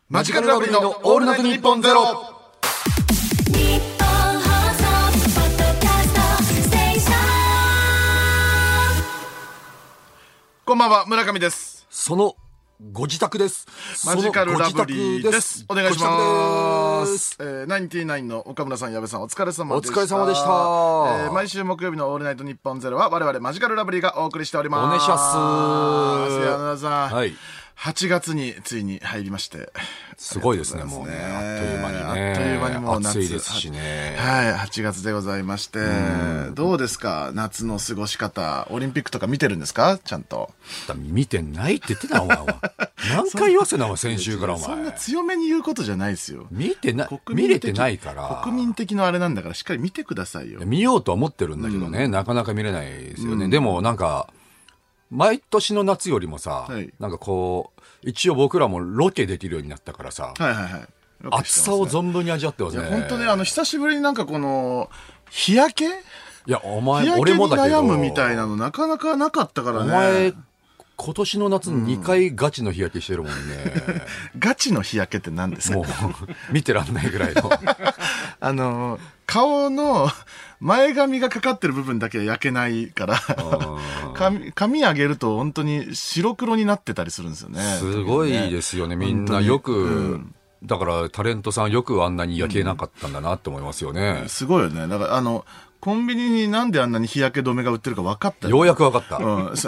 マジカルラブリーのオールナイトニッポンゼロ。 日本放送ポッドキャストステーション。 こんばんは、村上です。 そのご自宅です。 マジカルラブリーです。お願いします。ナインティナインの岡村さん、矢部さん、お疲れ様でした。 お疲れ様でした。 毎週木曜日のオールナイトニッポンゼロは我々マジカルラブリーがお送りしております。 お願いします。 矢田さん、 はい、 8月についに入りまして、 すごいですね。もうね、あっという間にね、 あっという間にもう夏、 暑いですしね。 はい、8月でございまして、どうですか、夏の過ごし方。オリンピックとか見てるんですか、ちゃんと。 見てないって言ってたお前は。何回言わせなお前、先週からお前。 そんな強めに言うことじゃないですよ。 見れてないから。 国民的のあれなんだから、しっかり見てくださいよ。 見ようとは思ってるんだけどね、なかなか見れないですよね。でもなんか毎年の夏よりもさ、なんかこう一応僕らもロケできるようになったからさ、暑さを存分に味わってますね。 本当ね、久しぶりになんかこの日焼け、 いやお前、 俺俺もだけど悩むみたいなのなかなかなかったからね。 お前今年の夏に2回ガチの日焼けしてるもんね。 ガチの日焼けって何ですか。 もう見てらんないぐらいの顔の前髪がかかってる部分だけ焼けないから髪上げると本当に白黒になってたりするんですよね。すごいですよね。みんなよく、だからタレントさんよくあんなに焼けなかったんだなって思いますよね。 すごいよね。だからコンビニになんであんなに日焼け止めが売ってるか分かった。 ようやく分かった。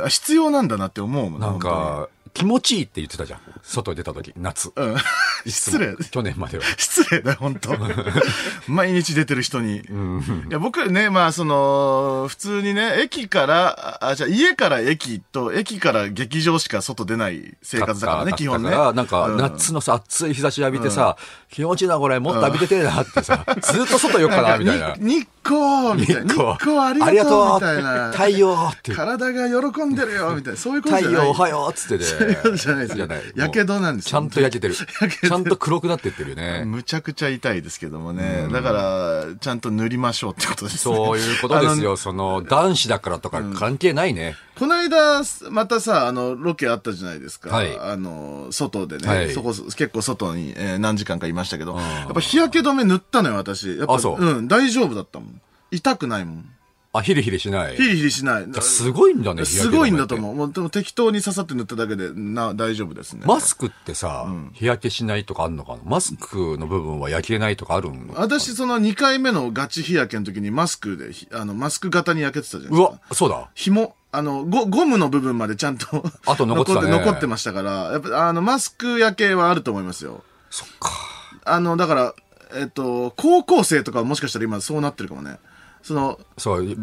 必要なんだなって思うもん。 なんか気持ちいいって言ってたじゃん、外に出た時、夏。 失礼。 去年までは。 失礼だよ、本当。毎日出てる人に。いや、僕ね、普通にね、家から駅と、駅から劇場しか外出ない生活だからね、基本ね。 なんか、夏のさ、暑い日差し浴びてさ、気持ちいいな、これ、もっと浴びててえなってさ、ずっと外よっかな、みたいな。 日光みたいな。日光ありがとうみたいな。 太陽って。 体が喜んでるよ、みたいな。そういうことじゃない。 太陽おはようっつってね。 じゃないですよ。やけどなんですよ。 ちゃんと焼けてる。ちゃんと黒くなってってるよね。 むちゃくちゃ痛いですけどもね。だから、ちゃんと塗りましょうってことですね。 そういうことですよ。男子だからとか関係ないね。 この間、またさ、ロケあったじゃないですか。外でね。結構外に何時間かいましたけど、やっぱ日焼け止め塗ったのよ、私。やっぱ、大丈夫だったもん。痛くないもん。 ヒリヒリしない。 ヒリヒリしない。 すごいんだね、 すごいんだと思う。もうでも適当に刺さって塗っただけで大丈夫ですね。 マスクってさ、日焼けしないとかあるのかな。マスクの部分は焼けないとかあるの？ 私2回目のガチ日焼けの時にマスクで、マスク型に焼けてたじゃないですか。 うわ、そうだ。 紐、ゴムの部分までちゃんとあと残ってましたから、やっぱマスク焼けはあると思いますよ。 そっか。 だから、高校生とかはもしかしたら今そうなってるかもね。 そう、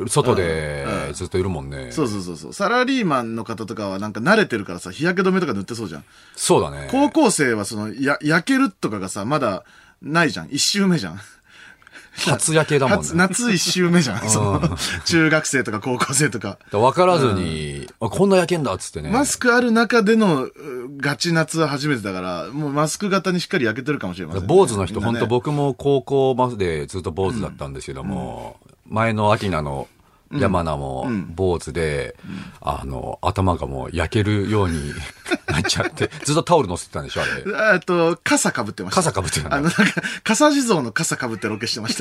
外でずっといるもんね。 そう。サラリーマンの方とかはなんか慣れてるからさ、日焼け止めとか塗ってそうじゃん。 そうだね。 高校生は焼けるとかがさ、まだないじゃん。一周目じゃん。 初焼けだもんね。 夏一周目じゃん。中学生とか高校生とか。 分からずに、こんな焼けんだっつってね。 マスクある中でのガチ夏は初めてだから、もうマスク型にしっかり焼けてるかもしれませんね。 坊主の人、本当僕も高校までずっと坊主だったんですけども、前の秋名の山名も坊主で、頭がもう焼けるようになっちゃって、ずっとタオル乗せてたんでしょ、あれ。 傘被ってました。 傘被ってた。 なんか、傘地蔵の傘被ってロケしてました。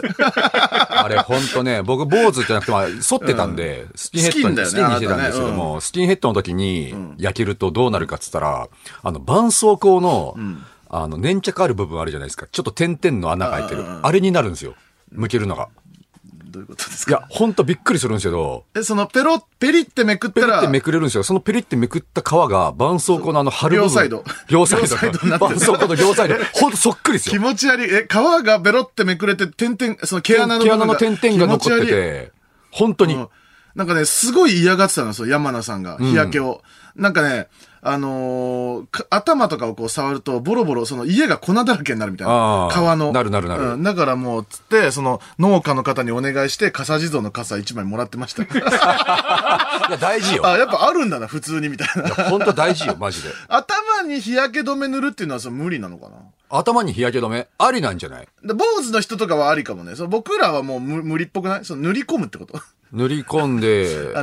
あれ、ほんとね、僕、坊主じゃなくて、剃ってたんで、スキンヘッドにしてたんですけども、スキンヘッドの時に焼けるとどうなるかっつったら、絆創膏の、粘着ある部分あるじゃないですか。ちょっと点々の穴が開いてる。あれになるんですよ。剥けるのが。 どういうことですか？ いや、ほんとびっくりするんですけど。 ペリってめくったら。 ペリってめくれるんですよ。そのペリってめくった皮が、絆創膏の貼る部分。両サイド。絆創膏の両サイド。ほんとそっくりですよ。 気持ち悪い。皮がベロってめくれて、毛穴の点々が残ってて、本当に。 なんかね、すごい嫌がってたんですよ、山名さんが。日焼けを。なんかね、頭とかをこう触ると、ボロボロ、家が粉だらけになるみたいな。皮の。 なる。 だからもう、つって、農家の方にお願いして、傘地蔵の傘1枚もらってました。いや、大事よ。 やっぱあるんだな、普通に、みたいな。 いや、ほんと大事よ、マジで。 頭に日焼け止め塗るっていうのは無理なのかな？ 頭に日焼け止めありなんじゃない？ 坊主の人とかはありかもね。僕らはもう無理っぽくない？塗り込むってこと？ 塗り込んで、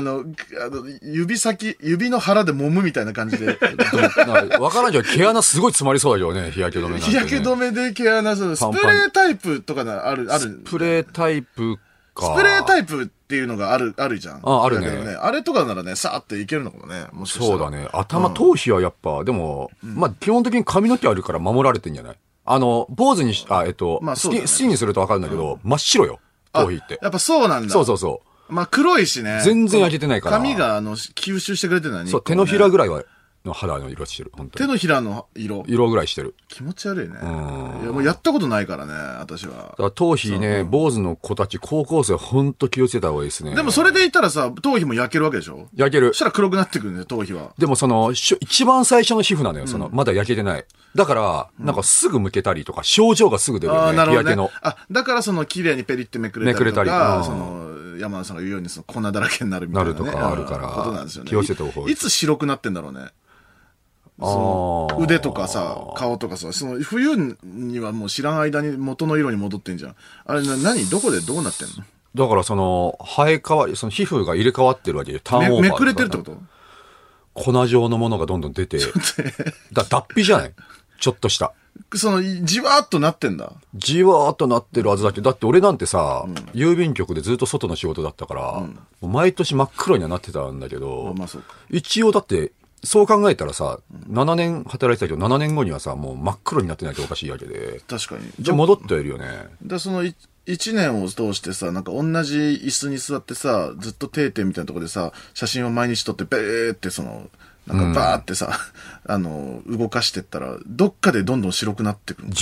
指の腹で揉むみたいな感じで。 わからんけど、毛穴すごい詰まりそうだけどね、日焼け止めなんて、ね。 日焼け止めで毛穴、スプレータイプとかある。 スプレータイプか。 スプレータイプっていうのがあるじゃん。 あるね。 あれとかならね、さーっていけるのかもね。もしかしたら。 そうだね。頭皮はやっぱ、でも、まあ、基本的に髪の毛あるから守られてんじゃない？坊主にまあ、好きにするとわかるんだけど、真っ白よ。頭皮って。 やっぱそうなんだ。 そう。 まあ、黒いしね。 全然焼けてないから。 髪が、吸収してくれてないね。 そう、手のひらぐらいは、の肌の色してる、本当に。 手のひらの色ぐらいしてる。 気持ち悪いね。いや、もうやったことないからね、私は。 だから頭皮ね、坊主の子たち、高校生ほんと気をつけた方がいいですね。 でもそれで言ったらさ、頭皮も焼けるわけでしょ？ 焼ける。 そしたら黒くなってくるね、頭皮は。 でも一番最初の皮膚なのよ、まだ焼けてない。だから、なんかすぐむけたりとか、症状がすぐ出るよね、日焼けの。 だから綺麗にペリってめくれたりとか、山田さんが言うように粉だらけになるみたいな、ね。 なるとかあるから。 ことなんですよね。 気をつけた方がいい。 いつ白くなってんだろうね。腕とかさ、顔とかさ、冬にはもう知らん間に元の色に戻ってんじゃん。あれどこでどうなってんの？ だから生え変わり、皮膚が入れ替わってるわけで、ターンオーバー。 めくれてるってこと？ 粉状のものがどんどん出て。脱皮じゃない？ちょっとした。 じわーっとなってんだ。 じわーっとなってるはずだけど、だって俺なんてさ、郵便局でずっと外の仕事だったから、もう毎年真っ黒にはなってたんだけど、一応だって、そう考えたらさ、7年働いてたけど、7年後にはさ、もう真っ黒になってないとおかしいわけで。 確かに。 じゃあ戻ってはいるよね。 1年を通してさ、なんか同じ椅子に座ってさ、ずっと定点みたいなところでさ、写真を毎日撮って、ベーってなんかバーってさ、動かしてったら、どっかでどんどん白くなってくる。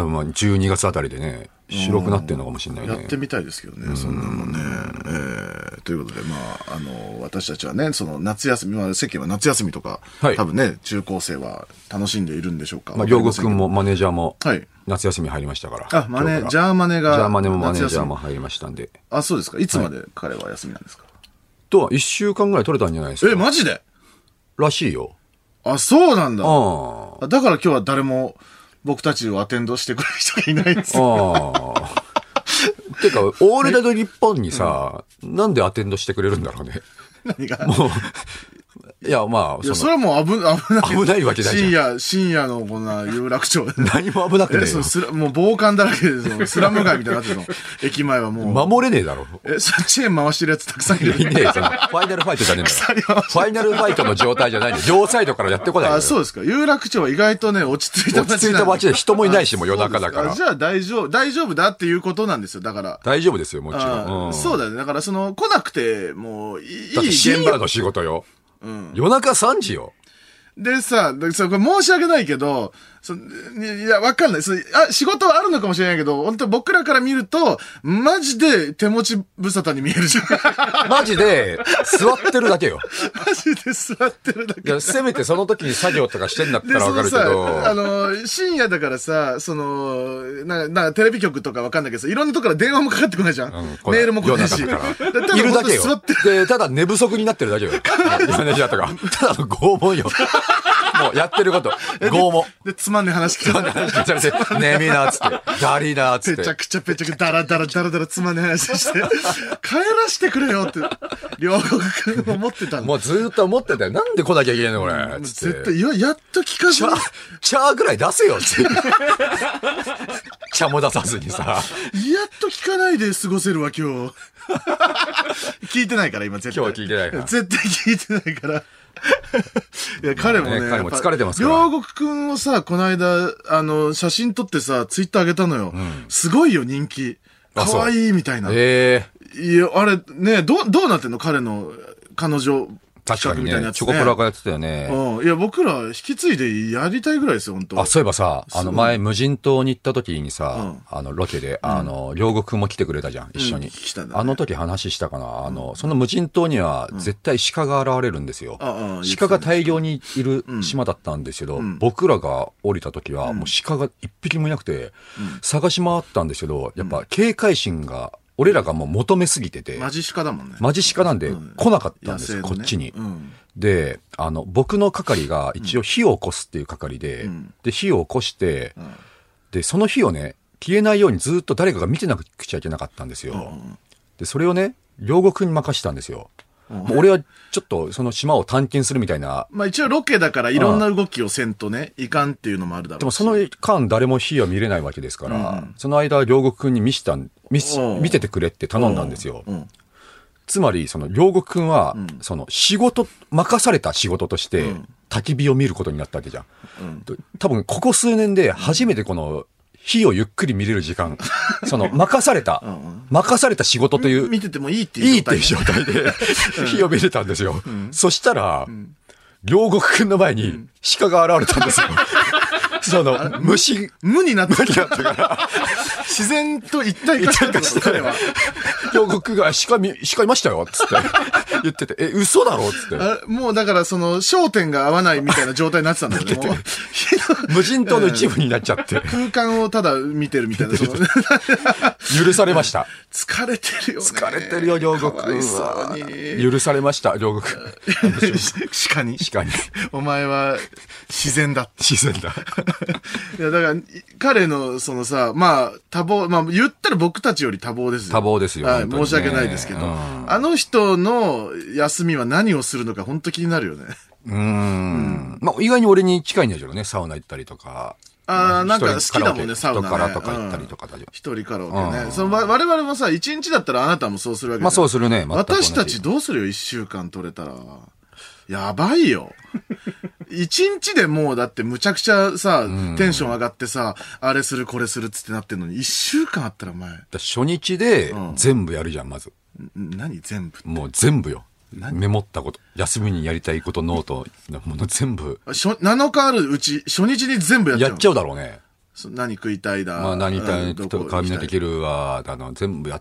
12月あたりでね、白くなってるのかもしれないね。 やってみたいですけどね、そんなのね。ということで、私たちはね、夏休み、世間は夏休みとか、多分ね、中高生は楽しんでいるんでしょうか。 両国君もマネージャーも、夏休み入りましたから。 ジャーマネが。 ジャーマネもマネージャーも入りましたんで。 あ、そうですか。いつまで彼は休みなんですか？ 1週間ぐらい取れたんじゃないですか。 マジで？ らしいよ。 あ、そうなんだ。だから今日は誰も僕たちをアテンドしてくれる人がいないんですよ。 てか、オールナイトニッポンにさ、なんでアテンドしてくれるんだろうね。 何が？ もう、いや、 それはもう危ないわけないじゃん。深夜のこんな有楽町。 何も危なくねえよ。 もう防寒だらけで、スラム街みたいになってるの。駅前はもう。 守れねえだろ。 チェーン回してるやつたくさんいる。 いねえよ、ファイナルファイトじゃねえんだよ。ファイナルファイトの状態じゃないんだよ。両サイドからやってこないよ。 あ、そうですか。有楽町は意外とね、落ち着いた街で人もいないし、もう夜中だから。 じゃあ大丈夫だっていうことなんですよ、だから。 大丈夫ですよ、もちろん。 そうだね。だから来なくて、もう、いい現場。 深夜の仕事よ。夜中3時よ。 でさ、これ申し訳ないけど、いや、わかんない。仕事はあるのかもしれないけど、本当僕らから見ると、マジで手持ち無沙汰に見えるじゃん。 マジで、座ってるだけよ。 マジで座ってるだけ。 いや、せめてその時に作業とかしてんだったらわかるけど。 深夜だからさ、テレビ局とかわかんないけどさ、いろんなとこから電話もかかってこないじゃん。メールも来ないし。いるだけよ。で、ただ寝不足になってるだけよ。マネージャーとか。ただの拷問よ。もうやってること。拷問。 で、つまんねえ話聞かせて。ねみなーっつって。だりなーっつって。 ぺちゃくちゃダラダラつまんねえ話して。帰らしてくれよって、両国くん思ってたの。 もうずーっと思ってたよ。なんで来なきゃいけないのこれ。 絶対、やっと聞かずに。 チャーぐらい出せよって。茶も出さずにさ。 やっと聞かないで過ごせるわ、今日。聞いてないから、今絶対。 今日は聞いてないから。 絶対聞いてないから。いや、彼もね、 彼も疲れてますから。 両国くんをさ、この間、写真撮ってさ、ツイッター上げたのよ。すごいよ、人気。かわいいみたいな。いや、あれ、ね、どうなってんの彼女。 確かにね、チョコプラがやってたよね。 いや、僕ら引き継いでやりたいぐらいですよ、本当。 あ、そういえばさ、前、無人島に行った時にさ、ロケで、両国くんも来てくれたじゃん、一緒に。あの時話したかな。その無人島には絶対鹿が現れるんですよ。鹿が大量にいる島だったんですけど、僕らが降りた時は、もう鹿が一匹もいなくて、探し回ったんですけど、やっぱ警戒心が、俺らがもう求めすぎてて。 マジ鹿だもんね。 マジ鹿なんで来なかったんですよ、こっちに。で、僕の係が一応火を起こすっていう係で、で、火を起こして、で、その火をね、消えないようにずっと誰かが見てなくちゃいけなかったんですよ。 で、それをね、両国君に任したんですよ。もう俺はちょっとその島を探検するみたいな。 まあ一応ロケだからいろんな動きをせんとね、いかんっていうのもあるだろうし。 でもその間誰も火は見れないわけですから、その間両国君に見ててくれって頼んだんですよ。つまり、その両国君は、その任された仕事として、焚き火を見ることになったわけじゃん。多分ここ数年で初めてこの、火をゆっくり見れる時間、その任された仕事という、 見ててもいいっていう状態で、火を見れたんですよ。そしたら、両国君の前に鹿が現れたんですよ。その、 無になってから自然と一体化した彼は。 両国が鹿いましたよ、つって言ってて、嘘だろ、つって。 もうだからその焦点が合わないみたいな状態になってたんだよね。 無人島の一部になっちゃって。 空間をただ見てるみたいな。 許されました。 疲れてるよね。 疲れてるよ、両国は。許されました、両国。 鹿に。お前は自然だ。いや、だから、彼の、そのさ、まあ、多忙、まあ、言ったら僕たちより多忙ですよ。 多忙ですよ。 はい、申し訳ないですけど、あの人の休みは何をするのか本当気になるよね。 まあ、意外に俺に近いんだけどね、サウナ行ったりとか。 なんか好きだもんね、サウナね。 カラとか行ったりとかだよ。 一人カラオケね。我々もさ、一日だったらあなたもそうするわけまあそうするね。 私たちどうするよ、一週間取れたら。やばいよ。一日でもうだってむちゃくちゃさ、テンション上がってさ、あれするこれするっつってなってんのに、一週間あったらお前。 初日で全部やるじゃん、まず。 何全部？ もう全部よ。メモったこと。休みにやりたいこと、ノートのもの全部。 7日あるうち、初日に全部やっちゃう。 やっちゃうだろうね。 何食いたいだ。 まあ何食いたいと髪の毛切るわ、全部やって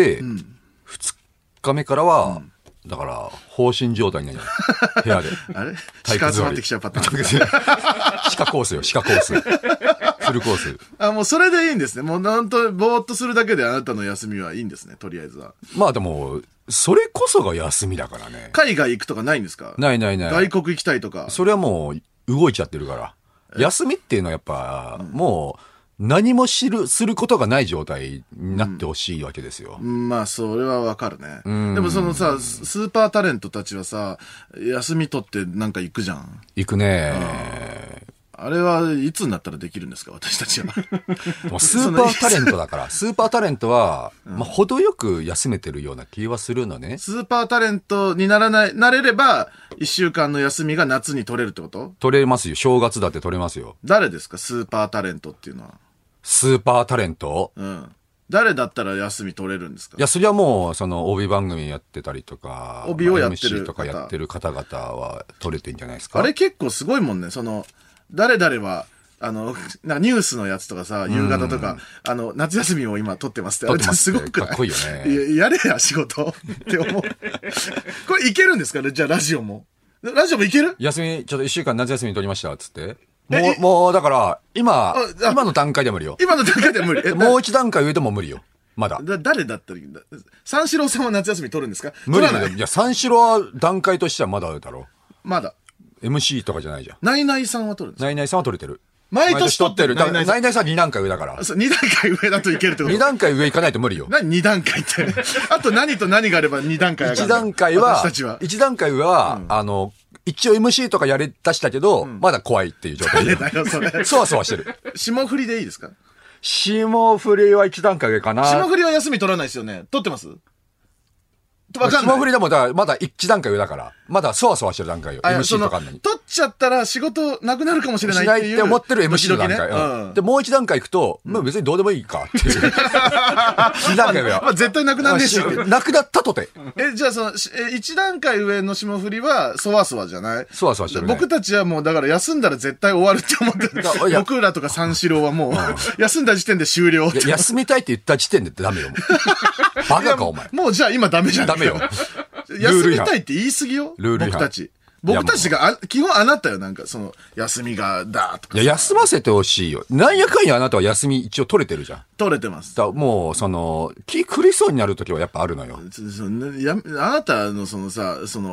、2日目からは、だから、放心状態になる部屋で。 あれ鹿集まってきちゃうパターン。 鹿コースよ、鹿コース。フルコース。 もうそれでいいんですね。もうなんと、ぼーっとするだけであなたの休みはいいんですね、とりあえずは。 まあでも、それこそが休みだからね。 海外行くとかないんですか？ ない。 外国行きたいとか。 それはもう、動いちゃってるから。休みっていうのはやっぱ、もう、何もすることがない状態になってほしいわけですよ。 まあ、それはわかるね。でもそのさ、スーパータレントたちはさ、休み取ってなんか行くじゃん。 行くね。 あれはいつになったらできるんですか、私たちは。 もうスーパータレントだから。スーパータレントは、まあ、程よく休めてるような気はするのね。 スーパータレントになれれば、一週間の休みが夏に取れるってこと？ 取れますよ。正月だって取れますよ。 誰ですか、スーパータレントっていうのは。 スーパータレント？ 誰だったら休み取れるんですか？ いや、それはもう、その、帯番組やってたりとか、 帯をやってる MC とかやってる方々は取れてんじゃないですか。 あれ結構すごいもんね。その、誰々は、なんかニュースのやつとかさ、夕方とか、夏休みを今取ってますって。 取ってますすごくない？ かっこいいよね。 やれや、仕事って思う。これいけるんですかね？じゃあラジオも。ラジオもいける？ 休み、ちょっと一週間夏休み取りました、つって。もう、だから、今の段階で無理よ。 今の段階で無理。 もう一段階上でも無理よ。まだ。 誰だったらいいんだ？三四郎さんは夏休み取るんですか？ 無理だよ。いや、三四郎は段階としてはまだだろう。 まだ。 MC とかじゃないじゃん。 ナイナイさんは取るんですか？ ナイナイさんは取れてる。 毎年取ってる。 ナイナイさん2段階上だから。 2段階上だといけるってこと？ 2 段階上行かないと無理よ。 何2段階って。あと何と何があれば2段階上がる？ 1段階は、 私たちは。 1段階上は、一応 MC とかやり出したけど、まだ怖いっていう状態。 誰だよ、それ。 そわそわしてる。 霜降りでいいですか？ 霜降りは1段階上かな。 霜降りは休み取らないですよね。取ってます？わかんない。 霜降りでもまだ1段階上だから。まだそわそわしてる段階よ。MC とかに。 取っちゃったら仕事なくなるかもしれないっていう。 しないって思ってる MC の段階。で、もう1段階行くと、まあ別にどうでもいいかっていう。2段階上は。 まあ絶対なくなるんですよ。 なくなったとて。 じゃあその、1段階上の霜降りは、そわそわじゃない？ そわそわしてるね。 僕たちはもうだから休んだら絶対終わるって思ってる。僕らとか三四郎はもう、休んだ時点で終了。 休みたいって言った時点でダメよ。バカかお前。 もうじゃあ今ダメじゃん。 ダメよ。 休みたいって言い過ぎよ。 ルール違反。 僕たちが、基本あなたよ、なんか、その、休みが、だとか。 いや、休ませてほしいよ。なんやかんやあなたは休み一応取れてるじゃん。 取れてます。 もう、気狂いそうになるときはやっぱあるのよ。 あなたのそのさ、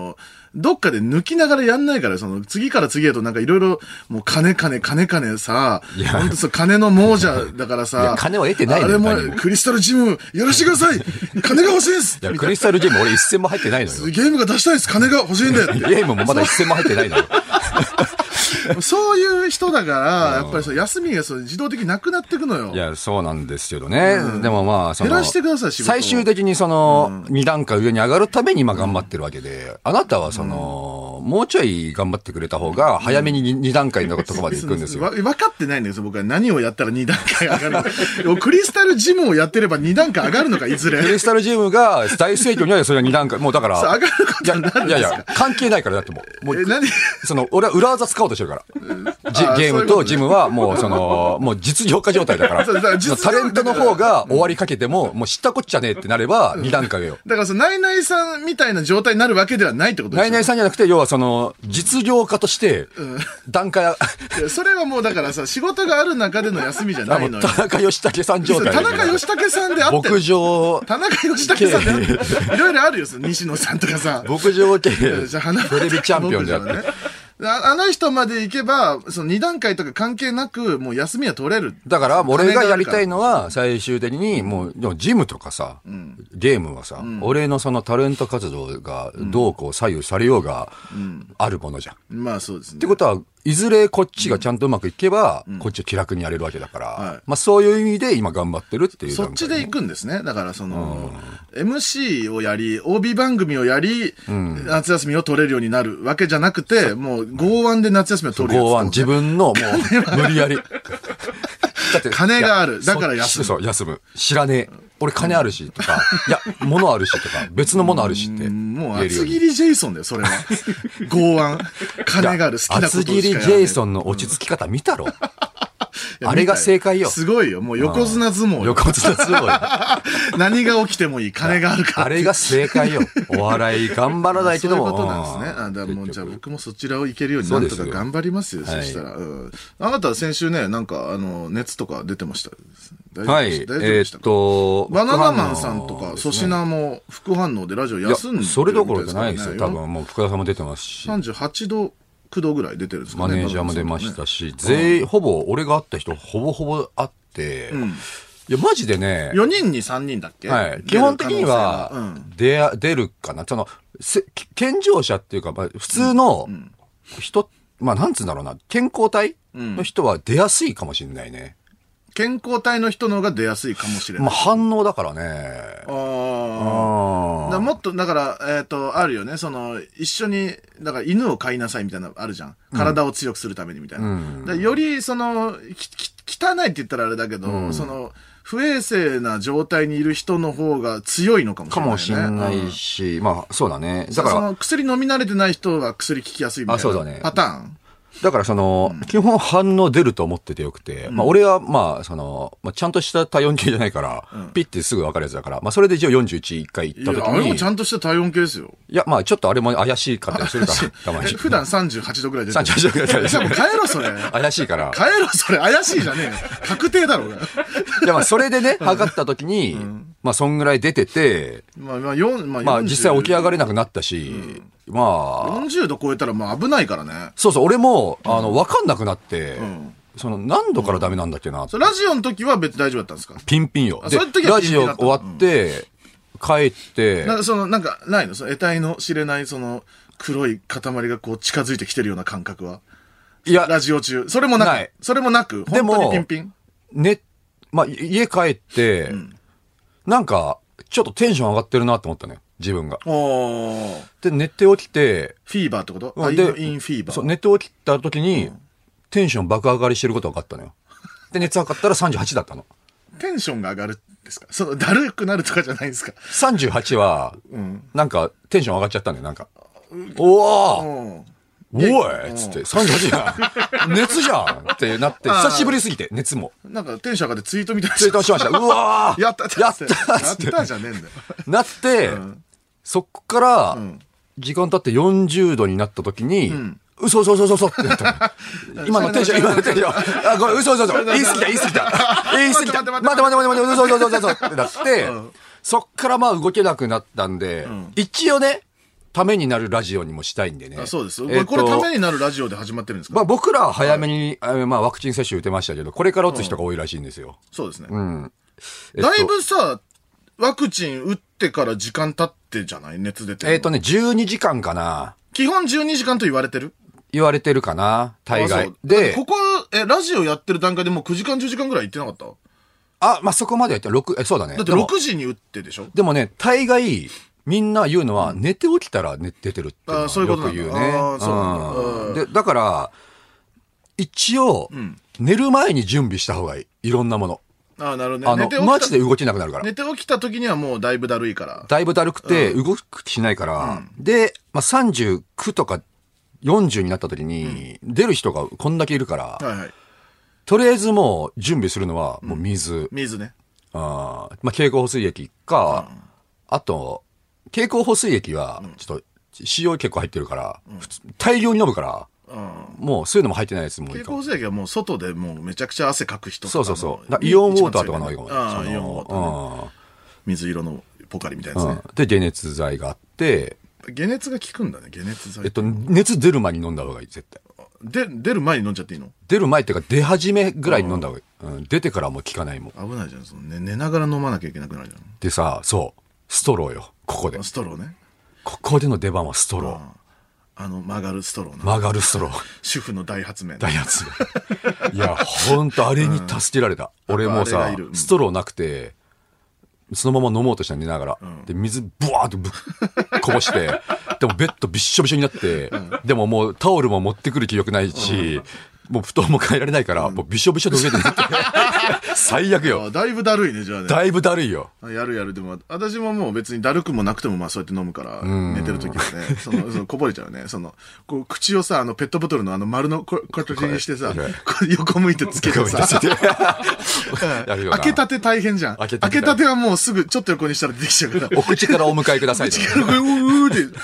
どっかで抜きながらやんないから、次から次へとなんかいろいろ、もう金さ、ほんと金の亡者だからさ、 金を得てないのよ。あれも、クリスタルジム、やらしてください金が欲しいです。 いや、クリスタルジム俺一銭も入ってないのよ。 ゲームが出したいです。金が欲しいんで。 ゲームもまだ一銭も入ってないのよ。 そういう人だから、やっぱり休みが自動的になくなっていくのよ。 いや、そうなんですけどね。でもまあ、 減らしてください、仕事最終的に2段階上に上がるために今頑張ってるわけで、あなたはもうちょい頑張ってくれた方が、早めに2段階のとこまで行くんですよ。 分かってないんですよ、僕は。何をやったら2段階上がるクリスタルジムをやってれば2段階上がるのか、いずれ。 クリスタルジムが大盛況にはそれは2段階、もうだから。 上がることになるんですか？ いや、関係ないからだってもう。俺は裏技使おうとしてるから。ゲームとジムはもう実業家状態だから。タレントの方が終わりかけても、もう知ったこっちゃねえってなれば2段階よ。 だからナイナイさんみたいな状態になるわけではないってことですよ。 ナイナイさんじゃなくて、要は実業家として、段階、 それはもうだから仕事がある中での休みじゃないのよ。 田中義武さん状態。 田中義武さんであって。 牧場。 田中義武さんであって。いろいろあるよ、西野さんとかさ。 牧場系。テレビチャンピオンであって。 あの人まで行けば、2段階とか関係なく、もう休みは取れる。 だから、俺がやりたいのは、最終的に、もう、ジムとかさ、ゲームはさ、俺のタレント活動が、どうこう左右されようが、あるものじゃん。 まあそうですね。 ってことは、いずれこっちがちゃんとうまくいけば、こっちを気楽にやれるわけだから、まあそういう意味で今頑張ってるっていう。 そっちで行くんですね。だからMC をやり、帯番組をやり、夏休みを取れるようになるわけじゃなくて、もう剛腕で夏休みを取るやつ。 剛腕、自分のもう無理やり。 だって金がある。だから休む。 そう、休む。知らねえ。俺金あるし、とか、いや、物あるし、とか、別の物あるしって。 もう厚切りジェイソンだよ、それは。剛腕。金がある、好きなことしか厚切りジェイソンの落ち着き方見たろ。あれが正解よ。 すごいよ。もう横綱相撲よ。 横綱相撲よ。 何が起きてもいい。金があるから。 あれが正解よ。お笑い頑張らないけども。 そういうことなんですね。だからもうじゃあ僕もそちらを行けるようになんとか頑張りますよ。そしたら。あなたは先週ね、なんか熱とか出てました。 はい。 大丈夫でしたか？バナナマンさんとか粗品も副反応でラジオ休んでる。 それどころじゃないですよ。多分もう福田さんも出てますし。 38度。9度ぐらい出てるんですかね。 マネージャーも出ましたし、ほぼ、俺が会った人、ほぼ会って、いや、マジでね。 4人に3人だっけ？ はい。基本的には、出るかな。健常者っていうか、普通の人、なんつうんだろうな、健康体の人は出やすいかもしれないね。 健康体の人の方が出やすいかもしれない。 反応だからね。 もっと、だから、あるよね。一緒に、だから犬を飼いなさいみたいなのあるじゃん。体を強くするためにみたいな。より、汚いって言ったらあれだけど、不衛生な状態にいる人の方が強いのかもしれない、ね。かもしれないし、そうだね。だから、 薬飲み慣れてない人は薬効きやすいみたいなパターン。 だから基本反応出ると思っててよくて、俺はちゃんとした体温計じゃないから、ピッてすぐ分かるやつだから、それで一応41回行った時に。 あれもちゃんとした体温計ですよ。 いや、ちょっとあれも怪しかったりするから、たまに。 普段38度ぐらい出てる。 38度ぐらい出てる。 じゃあもう帰ろ、それ。 怪しいから。 帰ろ、それ。怪しいじゃねえよ。確定だろうが。 いや、それでね、測った時に、そんぐらい出てて、実際起き上がれなくなったし、 40度超えたら危ないからね。 そうそう、俺も、わかんなくなって、何度からダメなんだっけな。 ラジオの時は別に大丈夫だったんですか？ ピンピンよ。で、ラジオ終わって、帰って、 なんか、ないの？得体の知れない、黒い塊がこう近づいてきてるような感覚は。いや、ラジオ中。それもなく。それもなく。本当にピンピン。 家帰って、なんか、ちょっとテンション上がってるなと思ったのよ。自分が。で、寝て起きて、 フィーバーってこと？インフィーバー。 そう、寝て起きた時に、テンション爆上がりしてることが分かったのよ。で、熱測ったら38だったの。 テンションが上がるんですか？だるくなるとかじゃないですか？ 38 は、なんか、テンション上がっちゃったんだよ、なんか。おいっつって、38やん熱じゃんってなって、久しぶりすぎて、熱も。 なんかテンション上がってツイートみたいな。 ツイートしました。うわーやったやったじゃねえんだよ。 なって、そっから、時間経って40度になった時に、嘘ってなった。今のテンション。あ、これ嘘。言い過ぎた。言い過ぎた。待て、嘘ってなって、そっから動けなくなったんで、一応ね、 ためになるラジオにもしたいんでね。 そうです。これためになるラジオで始まってるんですか？ まあ僕らは早めに、ワクチン接種打てましたけど、これから打つ人が多いらしいんですよ。 そうですね。だいぶさ、ワクチン打ってから時間経ってじゃない？熱出てる。 12時間かな。 基本12時間と言われてるかな、大概。 で、ここ、ラジオやってる段階でもう9時間10時間ぐらい行ってなかった？ そこまでやってそうだね。 だって6時に打ってでしょ？ でもね、大概、みんな言うのは、寝て起きたら出てるっていうのはよく言うね。で、だから、一応、寝る前に準備した方がいい。いろんなもの。 なるほどね。 マジで動けなくなるから。 寝て起きた時にはもうだいぶだるいから。 だいぶだるくて、動く気しないから。で、39とか40になった時に、出る人がこんだけいるから、とりあえずもう準備するのは、もう水。 水ね。 経口補水液か、あと、経口補水液は、ちょっと、塩結構入ってるから、大量に飲むから、もうそういうのも入ってないやつもいいかも。 経口補水液はもう外でもうめちゃくちゃ汗かく人とか。そう。イオンウォーターとかの方がいいかもね。 イオンウォーターね。水色のポカリみたいなやつね。 で、解熱剤があって、 解熱が効くんだね、解熱剤。 熱出る前に飲んだ方がいい、絶対。 出る前に飲んじゃっていいの？ 出る前っていうか、出始めぐらいに飲んだ方がいい。出てからもう効かないもん。 危ないじゃん。寝ながら飲まなきゃいけなくなるじゃん。 でさ、そう。ストローよ。ここで。 ストローね。 ここでの出番はストロー。 曲がるストロー。 曲がるストロー。 主婦の大発明。 大発明。いや、ほんとあれに助けられた。俺もさ、ストローなくて、そのまま飲もうとした寝ながら。で、水ブワーっとこぼして、でもベッドびっしょびしょになって、でももうタオルも持ってくる気力ないし、もう布団も変えられないから、もうびしょびしょで上で寝て。最悪よ。 だいぶだるいね、じゃあね。 だいぶだるいよ。 やる。でも、私ももう別にだるくもなくてもまあそうやって飲むから、寝てる時はね、こぼれちゃうね。こう、口をさ、ペットボトルの丸の形にしてさ、横向いてつけてさ。開けたて大変じゃん。開けたてはもうすぐちょっと横にしたら出てきちゃうから。 お口からお迎えください。 口からうーって。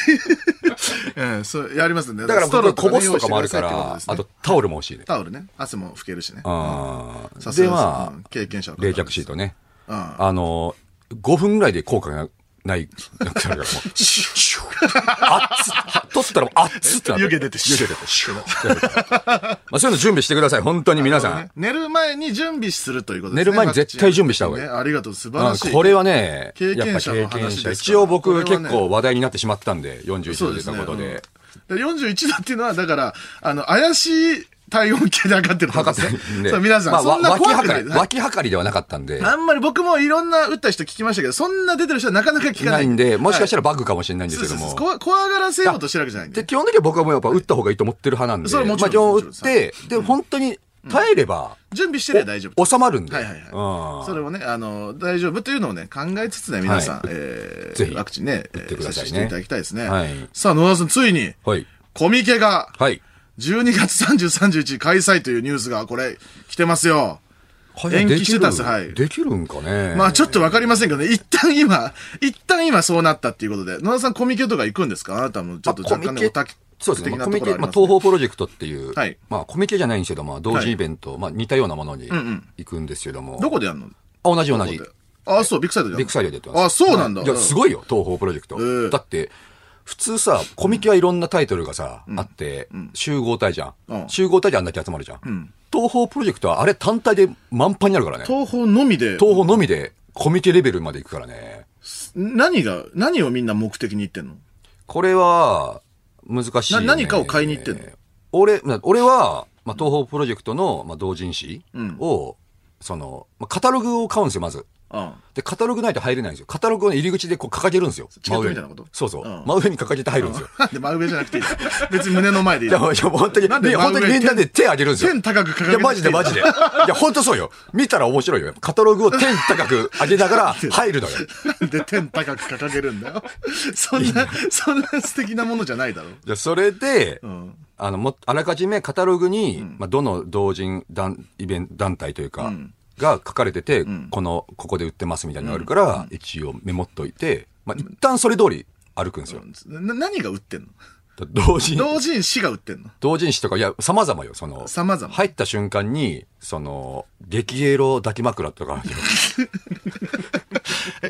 そう、やりますね。 だからこぼすとかもあるから、あとタオルも欲しいね。 タオルね。汗も拭けるしね。 で、まあ、 経験者の冷却シートね。5分ぐらいで効果がないなくなるから、もう、シュッ、取ったら熱ってなって。 湯気出て、 シュッ。まあそういうの準備してください。本当に皆さん。 寝る前に準備するということですね。 寝る前に絶対準備した方がいい。 ありがとう、素晴らしい。 これはね、 経験者の話です。 一応僕結構話題になってしまったんで、41度出たことで。 41度っていうのは、だから、怪しい体温計で測ってるとですね。そう、皆さん、そんな怖くない。 脇測りではなかったんで。 あんまり僕もいろんな打った人聞きましたけど、そんな出てる人はなかなか聞かない。 ないんで、もしかしたらバグかもしれないんですけども。 怖がらせようとしてるわけじゃないんで。 基本的には僕はもうやっぱ打った方がいいと思ってる派なんで。 それもちろん。 打って、で、本当に耐えれば。 準備してれば大丈夫。 収まるんで。 それをね、大丈夫というのをね、考えつつね、皆さん、 ぜひワクチンね、接種していただきたいですね。 はい。 さあ、野田さん、ついに、コミケが、 はい。 12月30、31開催というニュースが、これ、来てますよ。延期してたんです、はい。 できるんかね。 まあちょっとわかりませんけどね、一旦今そうなったっていうことで、野田さんコミケとか行くんですか？あなたもちょっと若干のそうですね。コミケ、東方プロジェクトっていう、まあコミケじゃないんですけど、まあ同時イベント、まあ似たようなものに行くんですけども。 どこでやるの？ 同じ。 あ、そう、ビッグサイドでやるの？ ビッグサイドでやってます。 あ、そうなんだ。 いや、すごいよ、東方プロジェクト。だって、普通さ、コミケはいろんなタイトルがさ、あって、集合体じゃん。集合体であんだけ集まるじゃん。東方プロジェクトはあれ単体で満帆になるからね。 東方のみでコミケレベルまで行くからね。 何をみんな目的に言ってんの？ これは、難しいよね。 何かを買いに行ってんの？ 俺は、まあ、東方プロジェクトの、まあ、同人誌を、まあ、カタログを買うんですよ、まず。で、カタログないと入れないんですよ。カタログの入り口でこう掲げるんですよ。 チケットみたいなこと？ そうそう。真上に掲げて入るんですよ。 なんで真上じゃなくていい？別に胸の前でいい。 いや、本当にみんなで手上げるんですよ。 天高く掲げて。いや、マジで。いや、本当そうよ。見たら面白いよ。カタログを天高く上げながら入るのよ。 なんで天高く掲げるんだよ。そんな素敵なものじゃないだろ。 いや、それで、あらかじめカタログに、まあ、どの同人団体というか、が書かれてて、ここで売ってますみたいなのがあるから、一応メモっといて、まあ、一旦それ通り歩くんですよ。 何が売ってんの？ 同人誌が売ってんの？ 同人誌とか、いや、様々よ、 様々。 入った瞬間に、激エロ抱き枕とかあるよ。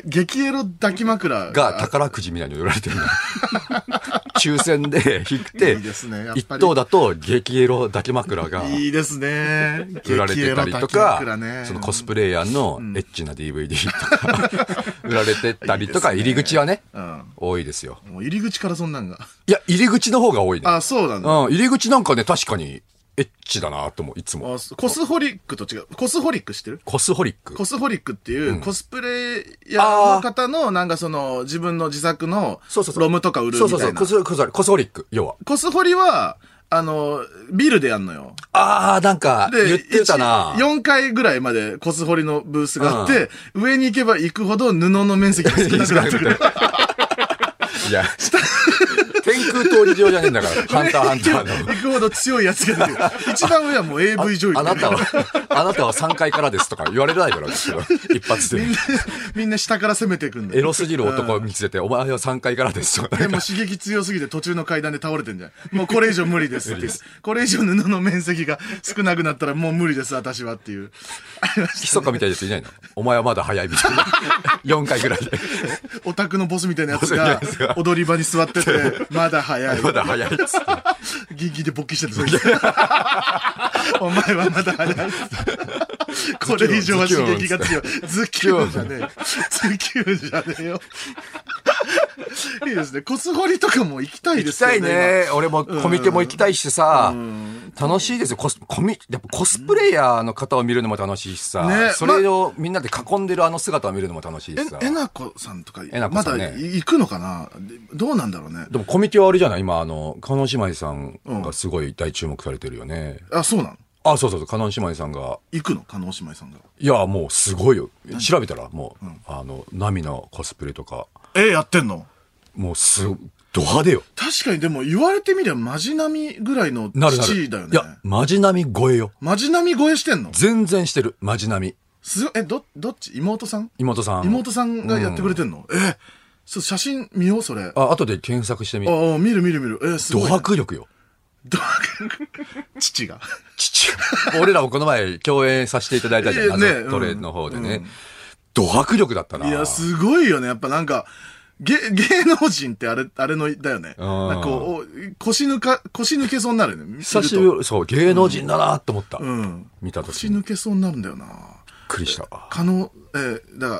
激エロ抱き枕が宝くじみたいに売られてるの。抽選で引くて、 いいですねやっぱり一等だと激エロ抱き枕がいいですね。 売られてたりと激エロ抱きか枕、ねそのコスプレイヤーのエッチな DVD とか、売られてたりとか、入り口はね、多いですよ。 もう入り口からそんなんが。 いや、入り口の方が多いね。 あ、そうなんだ。 うん、入り口なんかね、確かに、エッチだなと思う、いつも。 コスホリックと違う。コスホリック知ってる？ コスホリック。 コスホリックっていうコスプレイヤーの方のなんかその自分の自作のロムとか売るみたいな。 コスホリック、要は。 コスホリは、ビルでやんのよ。 なんか、言ってたな。 4階ぐらいまでコスホリのブースがあって、上に行けば行くほど布の面積が少なくなってくる。 いや、天空闘技場じゃねえんだから、ハンターハンターの。 行くほど強いやつが出てくる。一番上はもう AV 女優。 あなたは3階からですとか言われないから、一発で。 みんな下から攻めていくんだエロすぎる男を見つけて、お前は3階からですとか。 でも刺激強すぎて途中の階段で倒れてんじゃん。もうこれ以上無理ですっていう。これ以上布の面積が少なくなったらもう無理です、私はっていう。 ひそかみたいなやついないの？お前はまだ早いみたいな。4階ぐらいで。 オタクのボスみたいなやつが踊り場に座ってて、まだ早い。 まだ早いっつって。 ギギで勃起してる。お前はまだ早い。これ以上は刺激が強い。ズキュンじゃねえ。ズキュンじゃねえよ。いいですね。コスホリとかも行きたいですよね。 行きたいね。俺もコミケも行きたいしさ、楽しいですよ。やっぱコスプレイヤーの方を見るのも楽しいしさ、ね、それをみんなで囲んでるあの姿を見るのも楽しいしさ。 えなこさんとか、まだ行くのかな？どうなんだろうね。 でもコミケはあれじゃない？今、加納姉妹さんがすごい大注目されてるよね。 あ、そうなの？ あ、そう、加納姉妹さんが。 行くの？加納姉妹さんが。 いや、もうすごいよ。調べたら、もう、ナミのコスプレとか。 やってんの？ もうド派手よ。 確かにでも言われてみればマジ並みぐらいの父だよね。 いや、マジ並み超えよ。 マジ並み超えしてんの？ 全然してる、マジ並み。 どっち？妹さんがやってくれてんの？写真見よう、それ。 後で検索してみる。 見る。すごい。 ド迫力よ。 父が。 俺らもこの前共演させていただいたじゃん。ね、トレの方でね。ド迫力だったな。 いや、すごいよね。やっぱなんか、芸能人ってあれのだよね。なんかこう、腰抜けそうになるよね。 久しぶり、そう、芸能人だなと思った。見たとき。 腰抜けそうになるんだよな。びっくりした。 だから、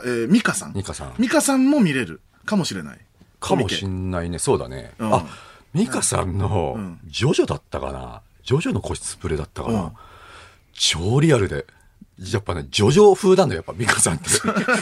ミカさん。ミカさんも見れる。かもしれない。 かもしんないね。そうだね。ミカさんの、ジョジョだったかな？ジョジョのコスプレだったかな？超リアルで。やっぱね、ジョジョ風なのよ、やっぱミカさんって。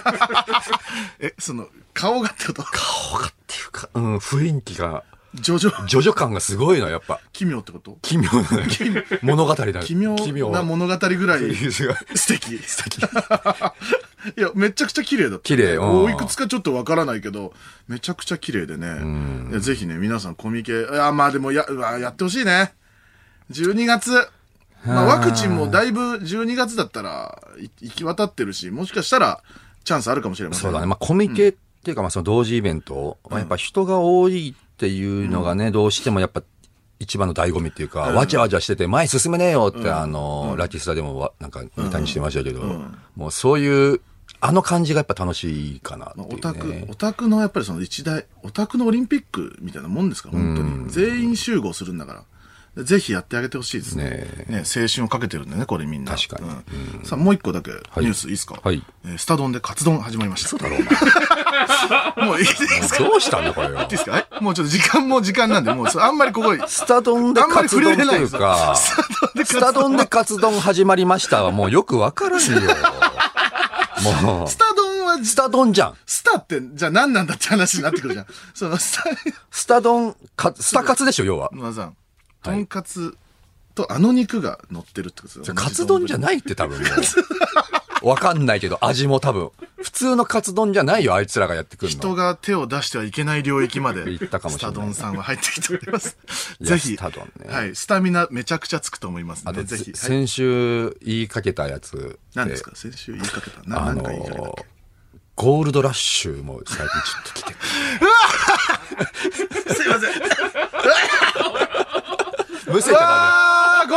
顔がってこと？ 顔がっていうか、雰囲気が。 ジョジョ感がすごいの、やっぱ。 奇妙ってこと？ 奇妙な物語だ。 奇妙な物語ぐらい素敵。いや、めちゃくちゃ綺麗だった。 綺麗。 おいくつかちょっとわからないけど、めちゃくちゃ綺麗でね。ぜひね、皆さんコミケ、まあでもやってほしいね。12月。まあワクチンもだいぶ12月だったら行き渡ってるし、もしかしたらチャンスあるかもしれません。 そうだね。まあコミケっていうか、まあその同時イベント、やっぱ人が多いっていうのがね、どうしてもやっぱ一番の醍醐味っていうか、わちゃわちゃしてて前進めねえよって、ラティスタでもなんかネタにしてましたけど、もうそういう感じがやっぱ楽しいかなっていうね。 オタクのやっぱりそのオタクのオリンピックみたいなもんですから、本当に。全員集合するんだから。ぜひやってあげてほしいですね。青春をかけてるんでね、これみんな。 確かに。 さあ、もう一個だけニュースいいですか？はい。スタ丼でカツ丼始まりました。 そうだろうな。 もういいですか？ どうしたんだこれよ。 いいですか？もうちょっと時間なんで、もうあんまりここスタ丼でカツ丼っていうか、スタ丼でカツ丼始まりましたはもうよくわからんよ。もう。 スタ丼は、 スタ丼じゃん。 スタって、じゃあ何なんだって話になってくるじゃん。 スタ丼、スタカツでしょ、要は。 野田さん。とんかつと肉が乗ってるってことですよ。 カツ丼じゃないって多分もう。わかんないけど、味も多分。普通のカツ丼じゃないよ、あいつらがやってくるの。 人が手を出してはいけない領域まで。 行ったかもしれない。 スタ丼さんは入ってきております。ぜひ。 スタ丼ね。 はい。スタミナめちゃくちゃつくと思いますので、ぜひ。 先週言いかけたやつ。 何ですか？先週言いかけた。何か言いかけたっけ？ ゴールドラッシュも最近ちょっと来てる。 すいません。 むせちゃダメ。 ゴ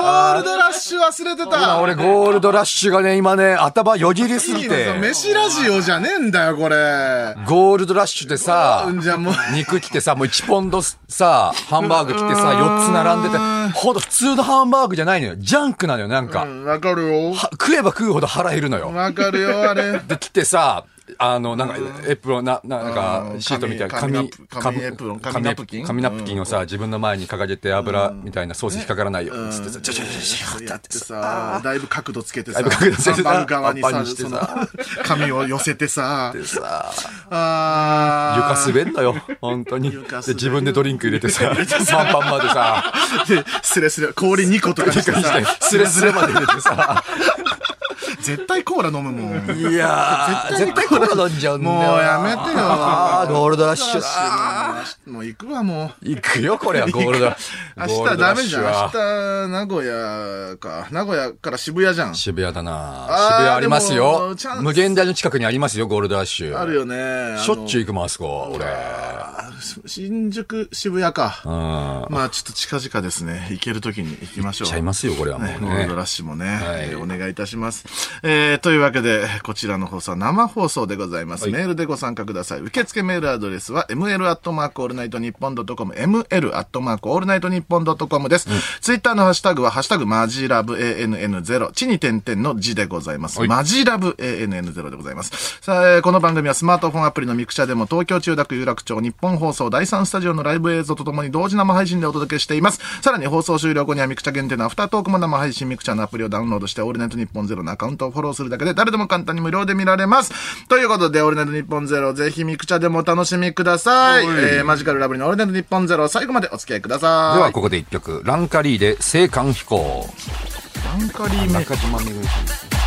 ールドラッシュ忘れてた。 俺ゴールドラッシュがね、今ね、頭よぎりすぎて。 飯ラジオじゃねえんだよ、これ。 ゴールドラッシュでさ、 じゃもう肉来てさ、もう1ポンドさ、ハンバーグ来てさ、4つ並んでて、ほんと普通のハンバーグじゃないのよ。ジャンクなのよ、なんか。 わかるよ。 食えば食うほど腹減るのよ。 わかるよ、あれ。 で、来てさ、なんか、エプロン、なんか、シートみたいな、 紙エプロン、紙ナプキン紙ナプキンをさ、自分の前に掲げて油みたいなソース引っかからないよ。つってさ、 やってさ、だいぶ角度つけてさ、 だいぶ角度つけてさハンバーグ側にさ、 パンにしてさその紙を寄せてさ、 でさ、 床滑んのよ、本当に。で、自分でドリンク入れてさ、3パンまでさ、 で、スレスレ、氷2個とかしてさ、 スレスレまで入れてさ、 絶対コーラ飲むもん。 いやー、絶対コーラ飲んじゃうんだよ。 もうやめてよ。 ゴールドラッシュだ。 もう行くわ、もう。 行くよ、これはゴールドラッシュ。 明日ダメじゃん。明日、名古屋か。名古屋から渋谷じゃん。 渋谷だな。渋谷ありますよ。無限大の近くにありますよ、ゴールドラッシュ。 あるよね。 しょっちゅう行くもん、あそこ、俺。 新宿、渋谷か。 うん。 まあちょっと近々ですね。行ける時に行きましょう。 行っちゃいますよ、これはもうね。 ゴールドラッシュもね、 はいお願いいたします。というわけで、こちらの放送は生放送でございます。メールでご参加ください。受付メールアドレスは ml@allnightnippon.com、ml@allnightnippon.com です。ツイッターのハッシュタグは、ハッシュタグマジラブ ANN0、地に点々の字でございます。マジラブ ANN0 でございます。さあ、この番組はスマートフォンアプリのミクチャでも東京千代田区有楽町日本放送第3スタジオのライブ映像とともに同時生配信でお届けしています。さらに放送終了後にはミクチャ限定のアフタートークも生配信、ミクチャのアプリをダウンロードしてオールナイトニッポンゼロのアカウントをフォローするだけで誰でも簡単に無料で見られます。ということで、オールナイトニッポンゼロ、ぜひミクチャでもお楽しみください。マジカルラブリーのオールナイトニッポンゼロ、最後までお付き合いください。 では、ここで一曲。ランカリーで青函飛行。 ランカリーメ中島めぐみさんですね。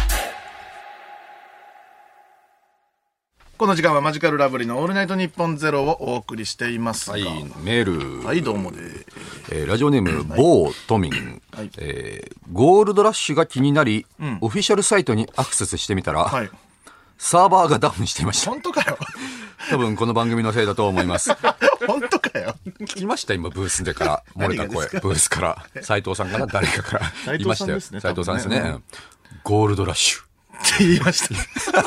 この時間はマジカルラブリーのオールナイトニッポンゼロをお送りしていますが。 はい、メール。 はい、どうもで。 ラジオネーム、某都民、 はいゴールドラッシュが気になり、オフィシャルサイトにアクセスしてみたら、 はい。 サーバーがダウンしていました。 本当かよ。 多分この番組のせいだと思います。 本当かよ。 聞きました今、ブースでから。漏れた声。ブースから。斉藤さんかな誰かから言いましたよ。斉藤さんですね。ゴールドラッシュ。 って言いました。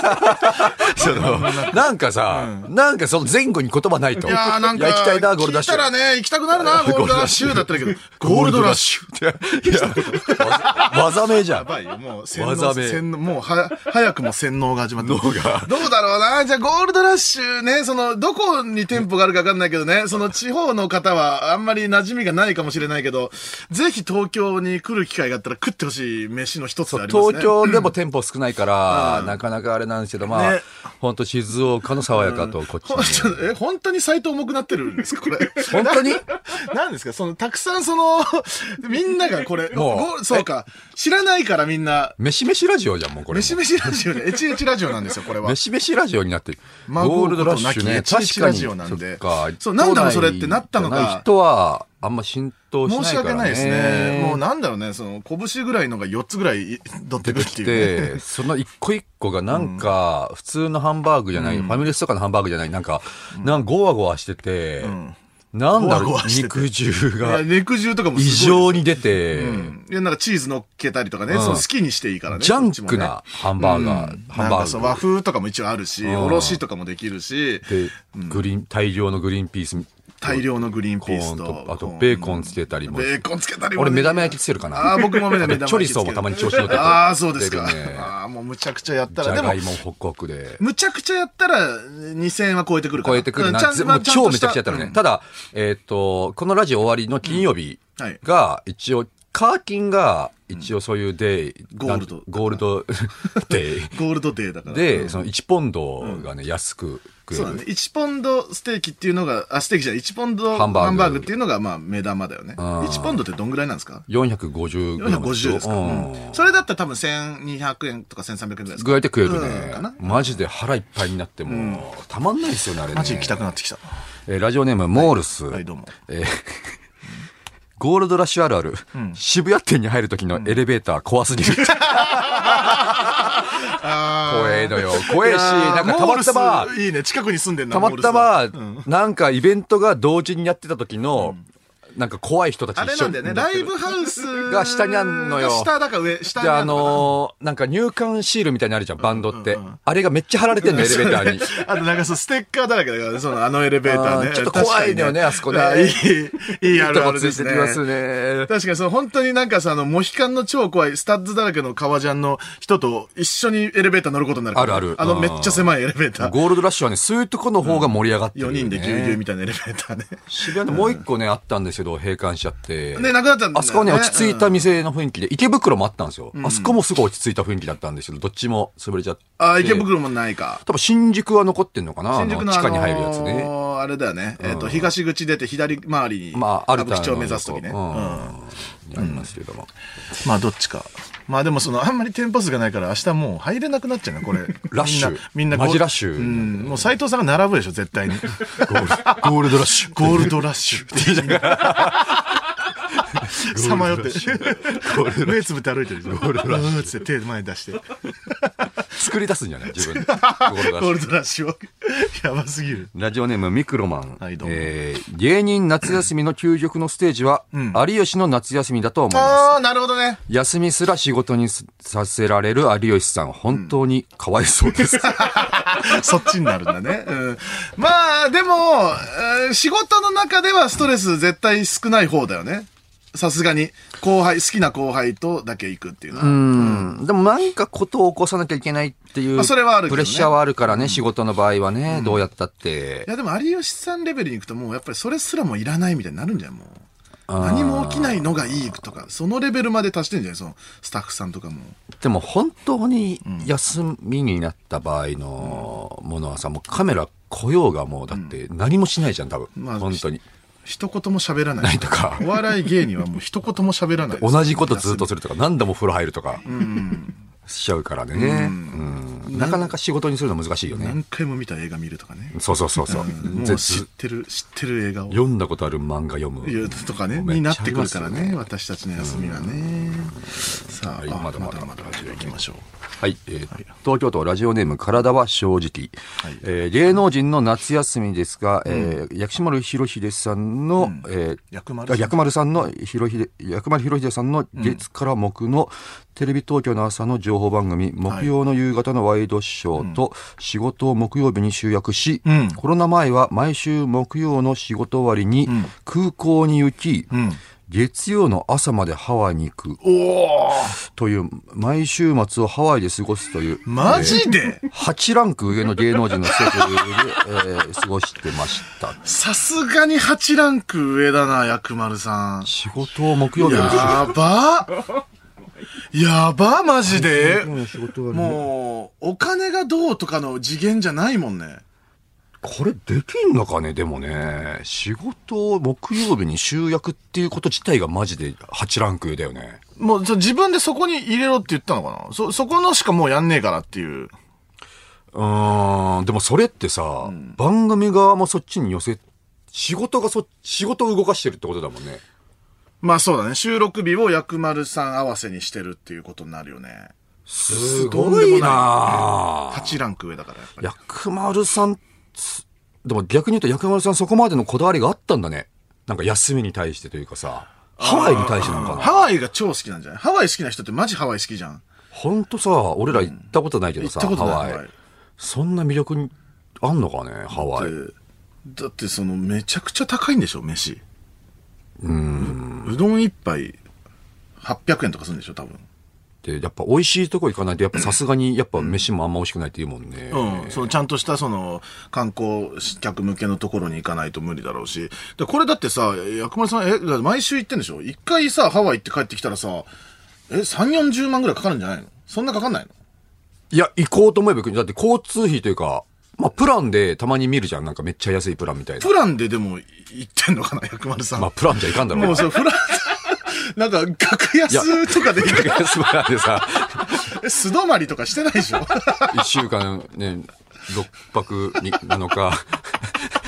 なんかさ、なんかその前後に言葉ないと。 いやーなんか、 行きたいな、ゴールドラッシュ。 聞いたらね、行きたくなるな、ゴールドラッシュだったらいいけど、ゴールドラッシュ。 技名じゃん。 やばいよ、もう洗技名脳、もう早くも洗脳が始まった。どうだろうな。じゃあ、ゴールドラッシュね、どこに店舗があるか分かんないけどね、地方の方はあんまり馴染みがないかもしれないけど、ぜひ東京に来る機会があったら食ってほしい飯の一つでありますね。 東京でも店舗少ないから、なかなかあれなんですけど、まあ、本当静岡の爽やかとこっちに。 本当にサイト重くなってるんですか、これ。 本当に何ですかたくさんみんながこれ、そうか、知らないからみんな。 飯飯ラジオじゃん、もうこれ。 飯飯ラジオで、エチエチラジオなんですよ、これは。 飯飯ラジオになってる。 ゴールドラッシュね、確かに。そう、なんだろうそれってなったのか。 人は、あんま浸透しないからね。 申し訳ないですね。もうなんだろうね、拳ぐらいのが4つぐらい乗ってくっていうね。 その一個一個がなんか、普通のハンバーグじゃない、ファミレスとかのハンバーグじゃない、なんかゴワゴワしてて、なんだろう、肉汁が。 肉汁とかも異常に出て、 いや、なんかチーズ乗っけたりとかね、好きにしていいからね。 ジャンクなハンバーガー、ハンバーグ。 和風とかも一応あるし、おろしとかもできるし。 で、大量のグリーンピース。 大量のグリーンピースと。 あと、ベーコンつけたりも。 ベーコンつけたりも。 俺、目玉焼きつけるかな。 僕も目玉焼き。 チョリソーもたまに調子乗ってる。 そうですか。もうむちゃくちゃやったら。 じゃがいもホクホクで。 むちゃくちゃやったら、2000円は超えてくるから。 超えてくるな。超めちゃくちゃやったらね。ただ、このラジオ終わりの金曜日が、一応、カーキンが、一応そういうデイ、 ゴールドデイ。 ゴールドデイだから。 で、その1ポンドがね、安く食える。 そうだね。1ポンドステーキっていうのが、ステーキじゃない、1ポンドハンバーグっていうのが、まあ、目玉だよね。1ポンドってどんぐらいなんですか ?450 450ですか。それだったら多分1200円とか1300円ぐらいですか。 ぐらいで食えるね。マジで腹いっぱいになっても、たまんないですよね、あれね。 マジ行きたくなってきた。 ラジオネーム、モールス。 はい、どうも。 ゴールドラッシュあるある。渋谷店に入る時のエレベーター怖すぎる。怖えのよ。怖えし、なんかたまたま、 いいね、近くに住んでんな。 たまたま、なんかイベントが同時にやってた時の、 なんか怖い人たちあれなんだよね、ライブハウスが下にあんのよ。 下だか上、下にで、 あんのなんか入館シールみたいにあるじゃん、バンドって。あれがめっちゃ貼られてんの、エレベーターに。 あとなんかステッカーだらけだからね、あのエレベーターね。 ちょっと怖いのよね、あそこね。 いいあるあるですね。 ついてきますね。 確かに本当になんかさ、モヒカンの超怖い、スタッズだらけの革ジャンの人と一緒にエレベーター乗ることになるから。 あるある。 めっちゃ狭いエレベーター。 ゴールドラッシュはね、そういうとこの方が盛り上がってる、 4人でぎゅうぎゅうみたいなエレベーターね。 渋谷のもう一個ね、あったんですけど、閉館しちゃって。 ね、なくなっちゃったんだよね。 あそこはね、落ち着いた店の雰囲気で、池袋もあったんですよ。あそこもすごい落ち着いた雰囲気だったんですけど、どっちも潰れちゃって。 あ、池袋もないか。 多分新宿は残ってんのかな、 新宿の地下に入るやつね。 あれだよね。東口出て左回りに、 歌舞伎町目指すときね。 ありますけども。 まあ、どっちか。まあでもあんまり店舗数がないから明日もう入れなくなっちゃうね、これ。 ラッシュ。 みんなマジラッシュ。 もう斎藤さんが並ぶでしょ、絶対に。ゴールドラッシュ。 ゴールドラッシュ。さまよって。目つぶって歩いてるじゃん。ゴールドラッシュ。って手前に出して。 作り出すんじゃない自分で。ゴールドラッシュを。やばすぎる。 ラジオネームミクロマン。 はいどうも芸人夏休みの究極のステージは、有吉の夏休みだと思います。 ああ、なるほどね。 休みすら仕事にさせられる有吉さん、本当にかわいそうです。 そっちになるんだね。まあ、でも、仕事の中ではストレス絶対少ない方だよね。さすがに好きな後輩とだけ行くっていうのは。 でもなんかことを起こさなきゃいけないっていう、 それはあるけどね、 プレッシャーはあるからね、仕事の場合はね、どうやったって。 いやでも有吉さんレベルに行くともうやっぱりそれすらもいらないみたいになるんじゃん、もう。何も起きないのがいいとか、そのレベルまで達してんじゃない、スタッフさんとかも。 でも本当に休みになった場合のものはさ、もうカメラ来ようがもうだって何もしないじゃん、多分。本当に。 一言も喋らないとか。 お笑い芸人はもう一言も喋らない。 同じことずっとするとか、何度も風呂入るとか、しちゃうからね。なかなか仕事にするの難しいよね。 何回も見た映画見るとかね。 そう。 もう知ってる映画を。 読んだことある漫画読む。 とかね、になってくるからね、私たちの休みはね。さあ、まだまだ行きましょう。 はい、東京都ラジオネーム体は正直、芸能人の夏休みですが、薬師丸ひろひでさんの、薬丸さんの薬丸ひろひでさんの月から木のテレビ東京の朝の情報番組、木曜の夕方のワイドショーと仕事を木曜日に集約し、コロナ前は毎週木曜の仕事終わりに空港に行き、月曜の朝までハワイに行くという毎週末をハワイで過ごすというマジで、 8ランク上の芸能人の施設で、過ごしてました。 さすがに8ランク上だな、薬丸さん。 仕事を木曜日にやばマジで。もうお金がどうとかの次元じゃないもんね。 これできんのかね。でもね、仕事を木曜日に集約っていうこと自体がマジで8ランクだよね。 もう自分でそこに入れろって言ったのかな。そこのしかもうやんねえからっていう。 でもそれってさ、番組側もそっちに寄せ、仕事を動かしてるってことだもんね。 まあそうだね。収録日を薬丸さん合わせにしてるっていうことになるよね。 すごいなぁ。 8ランク上だからやっぱり。 薬丸さん、でも逆に言うと薬丸さんそこまでのこだわりがあったんだね。なんか休みに対してというかさ、ハワイに対してなのかな。 ハワイが超好きなんじゃない？ハワイ好きな人ってマジハワイ好きじゃん。 ほんとさ、俺ら行ったことないけどさ、ハワイ。そんな魅力にあんのかね、ハワイ。 だってめちゃくちゃ高いんでしょ、飯。うどん一杯800円とかするんでしょ、多分。 で、やっぱ美味しいとこ行かないと、やっぱさすがに、やっぱ飯もあんま美味しくないって言うもんね。 ちゃんとした観光客向けのところに行かないと無理だろうし。で、これだってさ、薬丸さん、毎週行ってんでしょ？一回さ、ハワイ行って帰ってきたらさ、3、40万ぐらいかかるんじゃないの？そんなかかんないの？ いや、行こうと思えば行く。だって交通費というか、まあ、プランでたまに見るじゃん。なんかめっちゃ安いプランみたいな。 プランででも行ってんのかな、薬丸さん。 まあ、プランじゃいかんだろうね。 もうプラン、なんか、格安とかで行く。 格安プランでさ。 素泊まりとかしてないでしょ？ 1週間ね、6泊7日。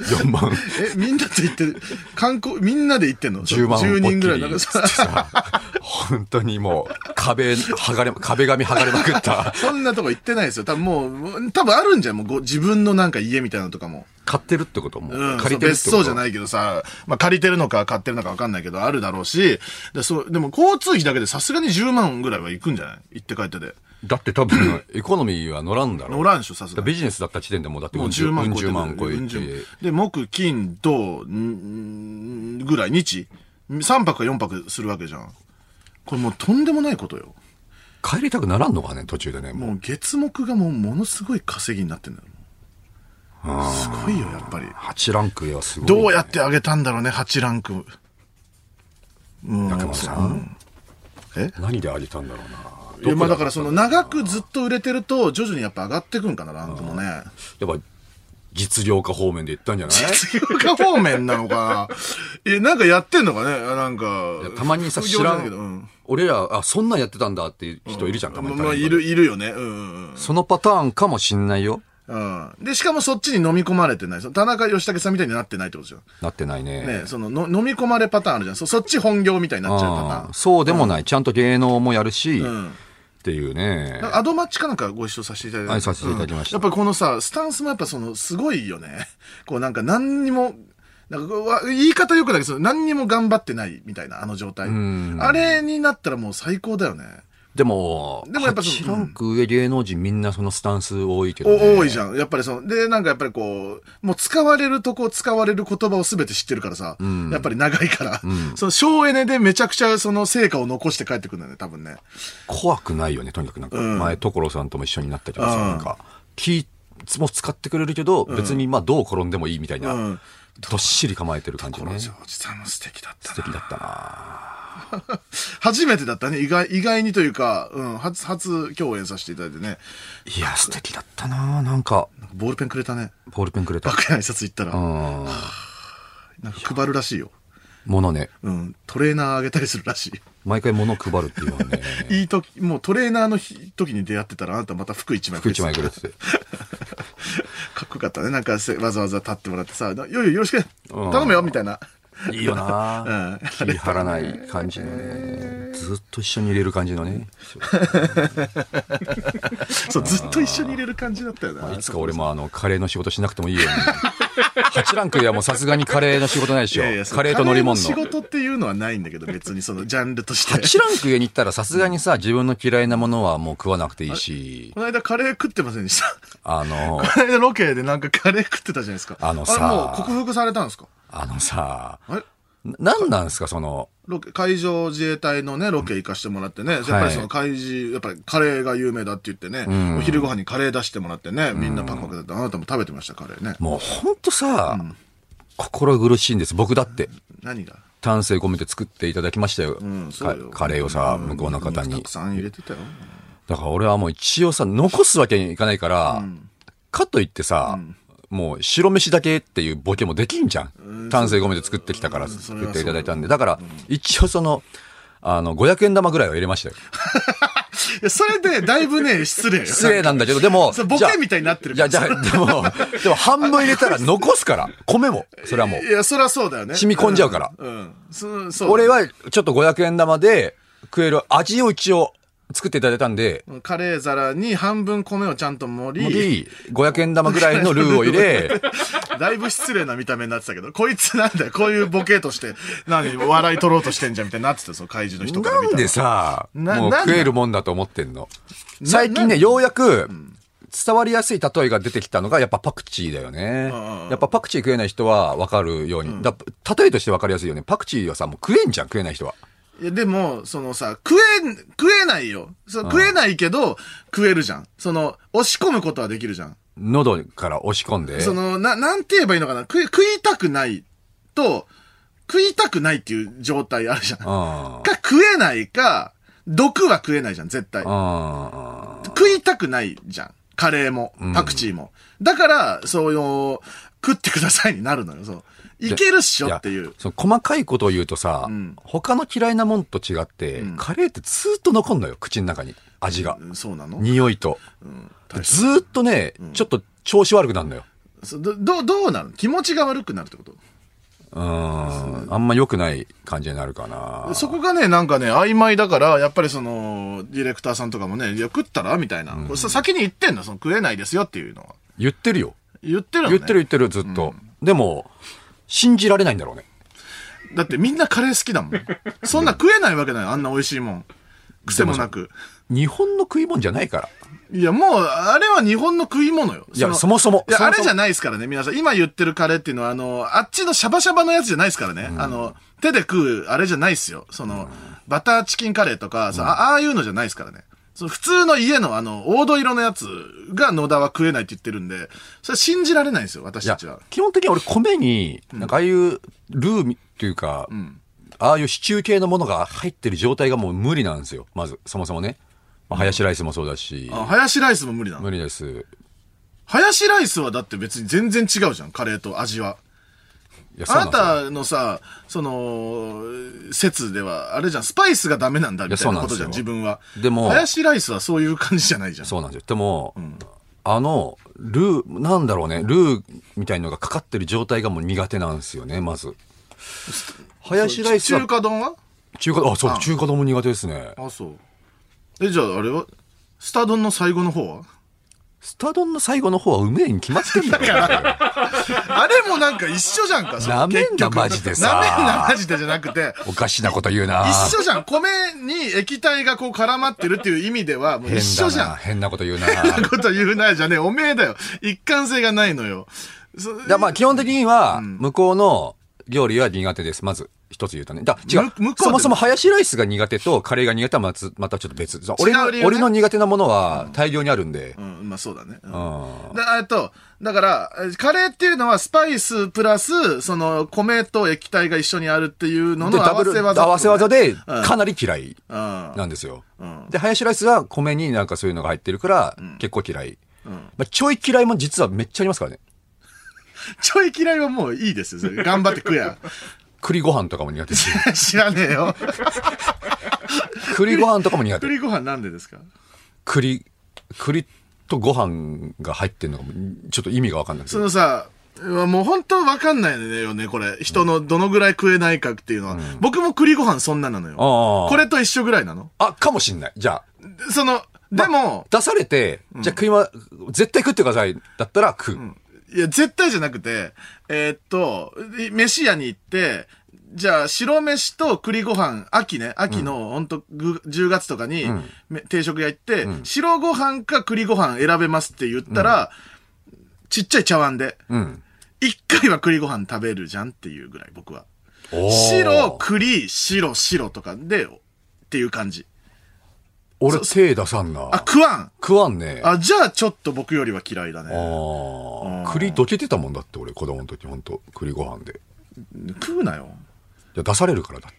4万。 みんなで行って、みんなで行ってんの ?10 万。 10人ぐらい。なんかさ、本当にもう、壁紙剥がれまくった。 そんなとこ行ってないですよ。多分あるんじゃん。もう自分のなんか家みたいなのとかも。 買ってるってことも、 うん、 借りてるってこと別荘じゃないけどさ、まあ借りてるのか買ってるのか分かんないけど、あるだろうし、でも交通費だけでさすがに10万ぐらいは行くんじゃない？行って帰ってで。 だって多分、エコノミーは乗らんだろ。 乗らんでしょ、さすがに。 ビジネスだった時点でもうだって 10 万超えて。 で、木、金、土、ぐらい、日 ?3 泊か4泊するわけじゃん。これもうとんでもないことよ。 帰りたくならんのかね、途中でね。 もう月木がもうものすごい稼ぎになってんだよ。すごいよ、やっぱり。 8ランクはすごい、 ね。どうやって上げたんだろうね、8ランク。 中村さん。何で上げたんだろうな。 いや、まあだからその長くずっと売れてると徐々にやっぱ上がってくんかな、ランクもね。やっぱ実業家方面で言ったんじゃない？ 実業家方面なのかな。なんかやってんのかね、なんか。 たまにさ、知らん。俺ら、そんなんやってたんだっていう人いるじゃん、たまに。 まあ、いるよね。 そのパターンかもしんないよ。 で、しかもそっちに飲み込まれてない。田中義武さんみたいになってないってことじゃん。 なってないね。 ね、飲み込まれパターンあるじゃん。そっち本業みたいになっちゃうパターン。 そうでもない。ちゃんと芸能もやるし、っていうね。 アドマッチかなんかご一緒させていただいて。 はい、させていただきました。 やっぱりこのさ、スタンスもやっぱすごいよね。こうなんか何にも、なんか言い方よくだけど、何にも頑張ってないみたいな、あの状態。あれになったらもう最高だよね。 でもやっぱ8ランク上芸能人みんなそのスタンス多いけどね。多いじゃん。やっぱりで、なんかやっぱりこう、もう使われるとこ使われる言葉を全て知ってるからさ、やっぱり長いから、その省エネでめちゃくちゃその成果を残して帰ってくるんだよね、多分ね。 怖くないよね、とにかくなんか。前、所さんとも一緒になったけどさ、なんか、気も使ってくれるけど、別にまあどう転んでもいいみたいな、どっしり構えてる感じね。 所ジョージさんも素敵だったな。 素敵だったな初めてだったね。意外にというか、初共演させていただいてね。 いや、素敵だったななんか。 ボールペンくれたね。 ボールペンくれた。 楽屋挨拶行ったら。なんか配るらしいよ。 物ね。 トレーナーあげたりするらしい。 毎回物配るっていうのね。 いい時、もうトレーナーの時に出会ってたら、あなたまた服1枚くれて。服1枚くれてて。 かっこよかったね。なんかわざわざ立ってもらってさ、よろしく頼むよみたいな。 いいよな気張らない感じのね。ずっと一緒に入れる感じのね。 そう、ずっと一緒に入れる感じだったよな。 いつか俺もカレーの仕事しなくてもいいように。8ランクではもうさすがにカレーの仕事ないでしょ。カレーと乗り物の。 仕事っていうのはないんだけど、別にそのジャンルとして。 8ランク上に行ったらさすがにさ、自分の嫌いなものはもう食わなくていいし。 この間カレー食ってませんでした。 この間ロケでなんかカレー食ってたじゃないですか。 さ、 もう克服されたんですか？ 何なんですか、 海上自衛隊のね、ロケ行かしてもらってね、やっぱりやっぱりカレーが有名だって言ってね、お昼ご飯にカレー出してもらってね、みんなパクパクだって、あなたも食べてました、カレーね。 もうほんとさ、心苦しいんです、僕だって。 何が？ 丹精込めて作っていただきましたよ。カレーをさ、向こうの方に。 たくさん入れてたよ。 だから俺はもう一応さ、残すわけにいかないから、かといってさ、もう白飯だけっていうボケもできんじゃん。丹精込めて作ってきたから作っていただいたんで。だから、一応500円玉ぐらいは入れましたよ。 いや、それで、だいぶね、失礼よ。 失礼なんだけど、でも、 ボケみたいになってるから。 じゃあ、でも、半分入れたら残すから。米も。それはもう。 いや、そりゃそうだよね。 染み込んじゃうから。 そう。 俺は、ちょっと500円玉で食える味を一応、作っていただいたんで。 カレー皿に半分米をちゃんと盛り。 500円玉ぐらいのルーを入れ。 だいぶ失礼な見た目になってたけど、こいつなんだよ、こういうボケとして、笑い取ろうとしてんじゃんみたいになってた、その怪獣の人から見たら。 なんでさ、もう食えるもんだと思ってんの。最近ね、ようやく、伝わりやすい例えが出てきたのが、やっぱパクチーだよね。やっぱパクチー食えない人は分かるように。例えとして分かりやすいよね。パクチーはさ、もう食えんじゃん、食えない人は。 いや、でも、食えないよ。食えないけど、食えるじゃん。押し込むことはできるじゃん。 喉から押し込んで。 なんて言えばいいのかな。食いたくないと、食いたくないっていう状態あるじゃん。食えないか、毒は食えないじゃん、絶対。食いたくないじゃん。カレーも、パクチーも。だから、食ってくださいになるのよ、そう。いけるっしょっていう。 細かいことを言うとさ、他の嫌いなもんと違って、カレーってずっと残んのよ、口の中に。味が。 そうなの？ 匂いと。ずっとね、ちょっと調子悪くなるのよ。 どうなる？気持ちが悪くなるってこと？ あんま良くない感じになるかな。 そこがね、なんかね、曖昧だから、やっぱりディレクターさんとかもね、いや、食ったらみたいな。先に言ってんの、食えないですよっていうのは。 言ってるよ。 言ってるのね。 言ってる、ずっと。でも、信じられないんだろうね。 だってみんなカレー好きだもん。そんな食えないわけない。あんな美味しいもん。癖もなく。 日本の食い物じゃないから。 いや、もう、あれは日本の食い物よ。 いや、そもそも。 いや、あれじゃないですからね、皆さん。今言ってるカレーっていうのは、あっちのシャバシャバのやつじゃないですからね。手で食う、あれじゃないっすよ。バターチキンカレーとか、ああいうのじゃないですからね。普通の家の黄土色のやつが野田は食えないって言ってるんで、それ信じられないんですよ、私たちは。 基本的に俺米に、なんかああいうルーっていうか、ああいうシチュー系のものが入ってる状態がもう無理なんですよ。まず、そもそもね。ハヤシライスもそうだし。 ハヤシライスも無理なの？ 無理です。 ハヤシライスはだって別に全然違うじゃん、カレーと味は。あなたのさ、説では、あれじゃん、スパイスがダメなんだみたいなことじゃん、自分は。 でも、 ハヤシライスはそういう感じじゃないじゃん。 そうなんですよ。でも、なんだろうね、ルーみたいのがかかってる状態がもう苦手なんですよね、まず。ハヤシライスは。 中華丼は？ 中華丼も苦手ですね。 あ、そう。じゃああれはスタ丼の最後の方は？ スタ丼の最後の方はうめえに決まってんだろ。 あれもなんか一緒じゃんか。 なめんなマジでさ。 なめんなマジでじゃなくて。 おかしなこと言うな。 一緒じゃん。米に液体がこう絡まってるっていう意味ではもう一緒じゃん。 変なこと言うな。 変なこと言うなじゃねえ。おめえだよ。一貫性がないのよ。 まあ基本的には向こうの料理は苦手です。まず。一つ言うとね。違う。そもそもハヤシライスが苦手とカレーが苦手はまたちょっと別。俺の苦手なものは大量にあるんで。 まあそうだね。だから、カレーっていうのはスパイスプラス、米と液体が一緒にあるっていうのの合わせ技。 合わせ技でかなり嫌いなんですよ。で、ハヤシライスは米になんかそういうのが入ってるから結構嫌い。ちょい嫌いも実はめっちゃありますからね。 ちょい嫌いはもういいですよ。頑張って食や。 栗ご飯とかも苦手です。 知らねえよ。 栗ご飯とかも苦手。 栗ご飯なんでですか？ 栗とご飯が入ってんのがちょっと意味がわかんない。 もう本当わかんないよね、これ。人のどのぐらい食えないかっていうのは。僕も栗ご飯そんななのよ。これと一緒ぐらいなの？ かもしんない。じゃあ。 でも、 出されて、じゃあ絶対食ってください。だったら食う。 いや、絶対じゃなくて、飯屋に行って、じゃあ、白飯と栗ご飯、秋の、ほんと、10月とかに、定食屋行って、白ご飯か栗ご飯選べますって言ったら、ちっちゃい茶碗で、一回は栗ご飯食べるじゃんっていうぐらい、僕は。白、栗、白とかで、っていう感じ。 俺手出さんな。 食わんね。 じゃあちょっと僕よりは嫌いだね。 栗どけてたもんだって俺子供の時ほんと栗ご飯で。 食うなよ。 いや出されるからだって。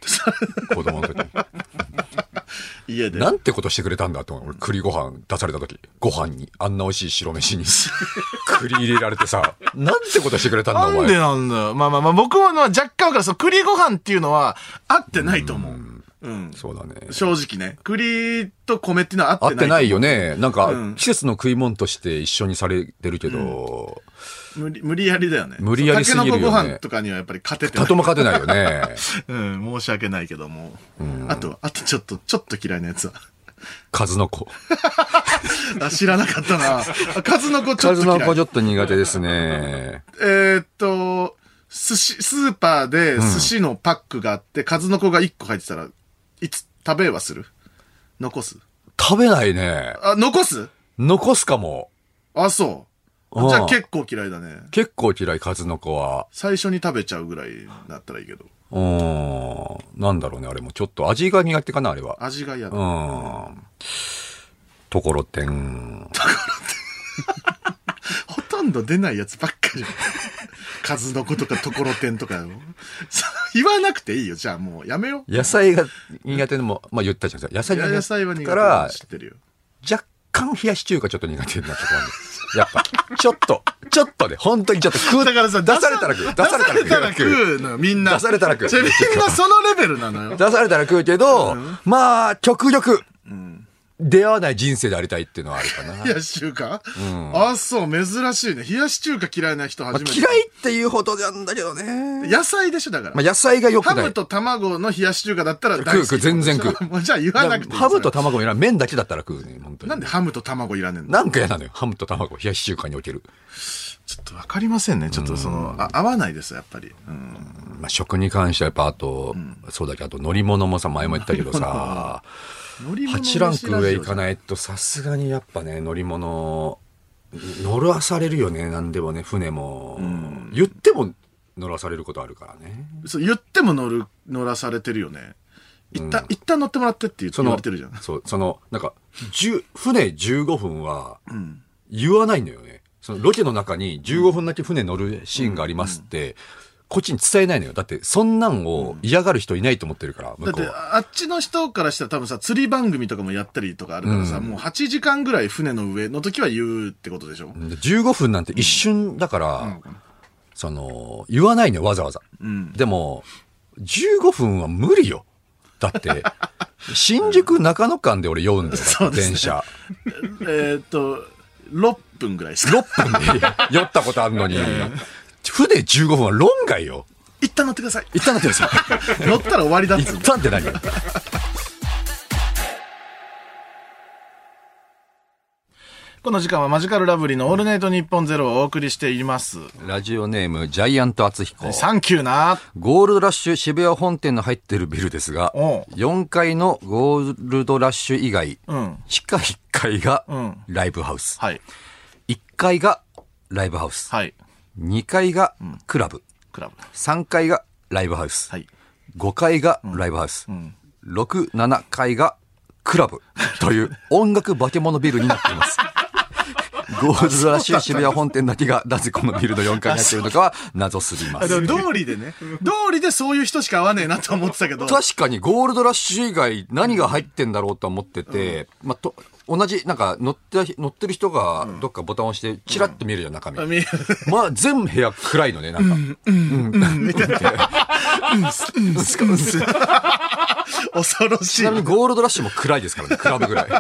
子供の時。 家で。 なんてことしてくれたんだって俺栗ご飯出された時。ご飯に。あんな美味しい白飯に。栗入れられてさ。なんてことしてくれたんだお前。 なんでなんだよ。まあ僕は若干から栗ご飯っていうのは合ってないと思う。 そうだね。 正直ね。栗と米っていうのは合ってない。 合ってないよね。なんか、季節の食い物として一緒にされてるけど。 無理やりだよね。 無理やりすぎるよね。 タケノコご飯とかにはやっぱり勝ててない。 とも勝てないよね。 申し訳ないけども。あとちょっと嫌いなやつは。 数の子。 知らなかったな。数の子ちょっと嫌い。 数の子ちょっと苦手ですね。 スーパーで寿司のパックがあって、数の子が1個入ってたら、食べはする？残す？ 食べないね。 残す？ 残すかも。 そう。じゃあ結構嫌いだね。 結構嫌い、数の子は。 最初に食べちゃうぐらいだったらいいけど。 なんだろうね、あれも。ちょっと味が苦手かな、あれは。 味が嫌だ。 ところてん。 ほとんど出ないやつばっかり。数の子とかところてんとか言わなくていいよ。じゃあもうやめよう。 野菜が苦手でも、言ったじゃん。野菜は苦手から知ってるよ。 若干冷やし中華ちょっと苦手になったからね。やっぱ、ちょっとね、本当にちょっと食う。 だからさ、 出されたら食う。 出されたら食うのよ、みんな。 出されたら食う。 みんなそのレベルなのよ。 出されたら食うけど、極力。 出会わない人生でありたいっていうのはあるかな。 冷やし中華、あ、そう、珍しいね。冷やし中華嫌いな人初めて。 嫌いっていうほどなんだけどね。 野菜でしょ、だから。 野菜が良くない。 ハムと卵の冷やし中華だったら大好き。 食う、全然食う。 もうじゃあ言わなくていい。 ハムと卵いらん。麺だけだったら食うね、本当に。 なんでハムと卵いらねえんだ。 なんか嫌なのよ、ハムと卵、冷やし中華における。 ちょっとわかりませんね。ちょっと合わないですやっぱり。 まあ、食に関してはやっぱあと、そうだけど、あと乗り物もさ、前も言ったけどさ、8ランク上行かないとさすがにやっぱね、乗り物、乗らされるよね、なんでもね、船も。言っても乗らされることあるからね。 そう、言っても乗らされてるよね。一旦乗ってもらってって言われてるじゃん。 そう、なんか、船15分は、言わないんだよね。そのロケの中に15分だけ船乗るシーンがありますって、こっちに伝えないのよ。だって、そんなんを嫌がる人いないと思ってるから、 だって、あっちの人からしたら多分さ、釣り番組とかもやったりとかあるからさ、もう8時間ぐらい船の上の時は言うってことでしょ。 15分なんて一瞬だから、言わないのよ、わざわざ。でも、15分は無理よ。だって、新宿中野間で俺酔うんだよ、電車。 6分ぐらいですか。 6分で酔ったことあるのに、船15分は論外よ。 一旦乗ってください。 一旦乗ってください。乗ったら終わりだっつう。 一旦って何？ この時間はマジカルラブリーのオールナイトニッポンゼロをお送りしています。 ラジオネームジャイアント厚彦。 サンキューな。 ゴールドラッシュ渋谷本店の入ってるビルですが、4階のゴールドラッシュ以外、地下1階がライブハウス、1階がライブハウス、2階がクラブ、3階がライブハウス、5階がライブハウス、6、7階がクラブという音楽化け物ビルになっています。ゴールドラッシュ渋谷本店だけがなぜこのビルの4階になっているのかは謎すぎます。 通りでそういう人しか会わねえなと思ってたけど。 確かにゴールドラッシュ以外何が入ってんだろうと思ってて、同じ、なんか乗ってる人がどっかボタンを押してチラッと見えるじゃん、中身。まあ全部部屋暗いのね、なんか。みたいな。 恐ろしい。 ちなみにゴールドラッシュも暗いですからね、クラブぐらい。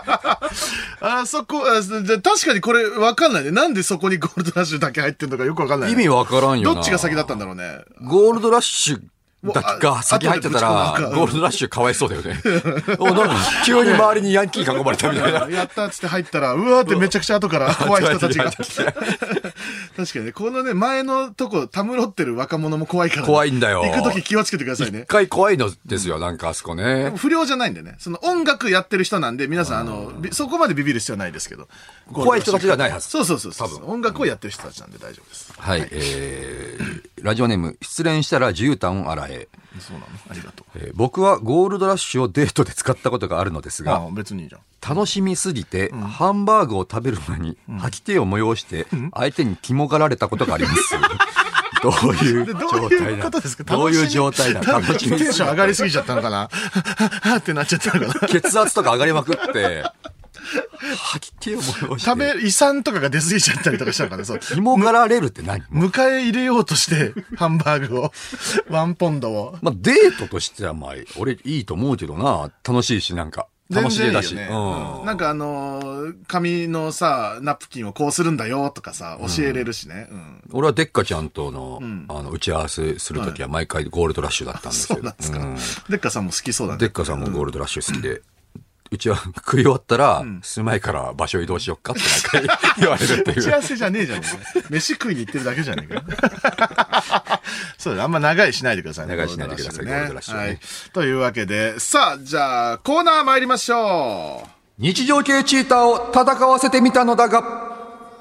確かにこれ分かんないね。なんでそこにゴールドラッシュだけ入ってんのかよく分かんない、ね。 意味分からんよな。 どっちが先だったんだろうね。 ゴールドラッシュだけが先入ってたら、ゴールドラッシュかわいそうだよね。急に周りにヤンキー囲まれたみたいな。 やったっつって入ったら、うわーってめちゃくちゃ後から怖い人たちが。確かにね、このね、前のとこ、たむろってる若者も怖いから、ね。 怖いんだよ。 行くとき気をつけてくださいね。 一回怖いのですよ、なんかあそこね。 不良じゃないんでね。その音楽やってる人なんで、皆さん、そこまでビビる必要はないですけど。 怖い人たちではないはず。 そう。多分。音楽をやってる人たちなんで大丈夫です。 はい。ラジオネーム、失恋したら絨毯洗え。 そうなの？ありがとう。僕はゴールドラッシュをデートで使ったことがあるのですが、 別にいいじゃん。 楽しみすぎて、ハンバーグを食べるのに吐き気を催して、相手に肝がられたことがあります。どういう状態なの？どういう状態なの？ 楽しみテンション上がりすぎちゃったのかなってなっちゃったのかな。 血圧とか上がりまくって、吐き気を催して。 胃酸とかが出すぎちゃったりとかしたのかね。そう。 肝がられるって何？ 迎え入れようとして、ハンバーグを、1ポンドを。 まあ、デートとしては、まあ、俺いいと思うけどな。楽しいし、なんか。楽しいだし。 なんか紙のさ、ナプキンをこうするんだよとかさ、教えれるしね。 俺はデッカちゃんとの、打ち合わせするときは毎回ゴールドラッシュだったんですけど。 そうなんですか。デッカさんも好きそうだね。 デッカさんもゴールドラッシュ好きで。うちは食い終わったら、住まいから場所移動しよっかってなんか言われるっていう。 打ち合わせじゃねえじゃん。飯食いに行ってるだけじゃねえか。そうだ、あんま長いしないでくださいね。 長いしないでください、ゴールドラッシュね。はい。 というわけで、さあ、じゃあ、コーナー参りましょう。 日常系チーターを戦わせてみたのだが、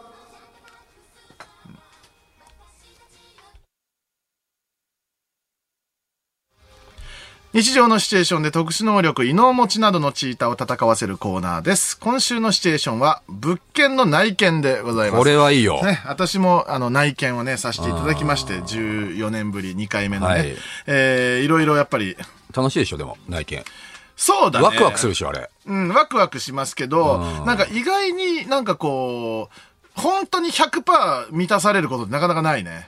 日常のシチュエーションで特殊能力、異能持ちなどのチーターを戦わせるコーナーです。今週のシチュエーションは、物件の内見でございます。 これはいいよ。 ね、私も、内見をね、させていただきまして、14年ぶり2回目のね、いろいろやっぱり。 楽しいでしょ、でも、内見。 そうだね。 ワクワクするでしょ、あれ。 ワクワクしますけど、なんか意外になんかこう、本当に 100% 満たされることってなかなかないね。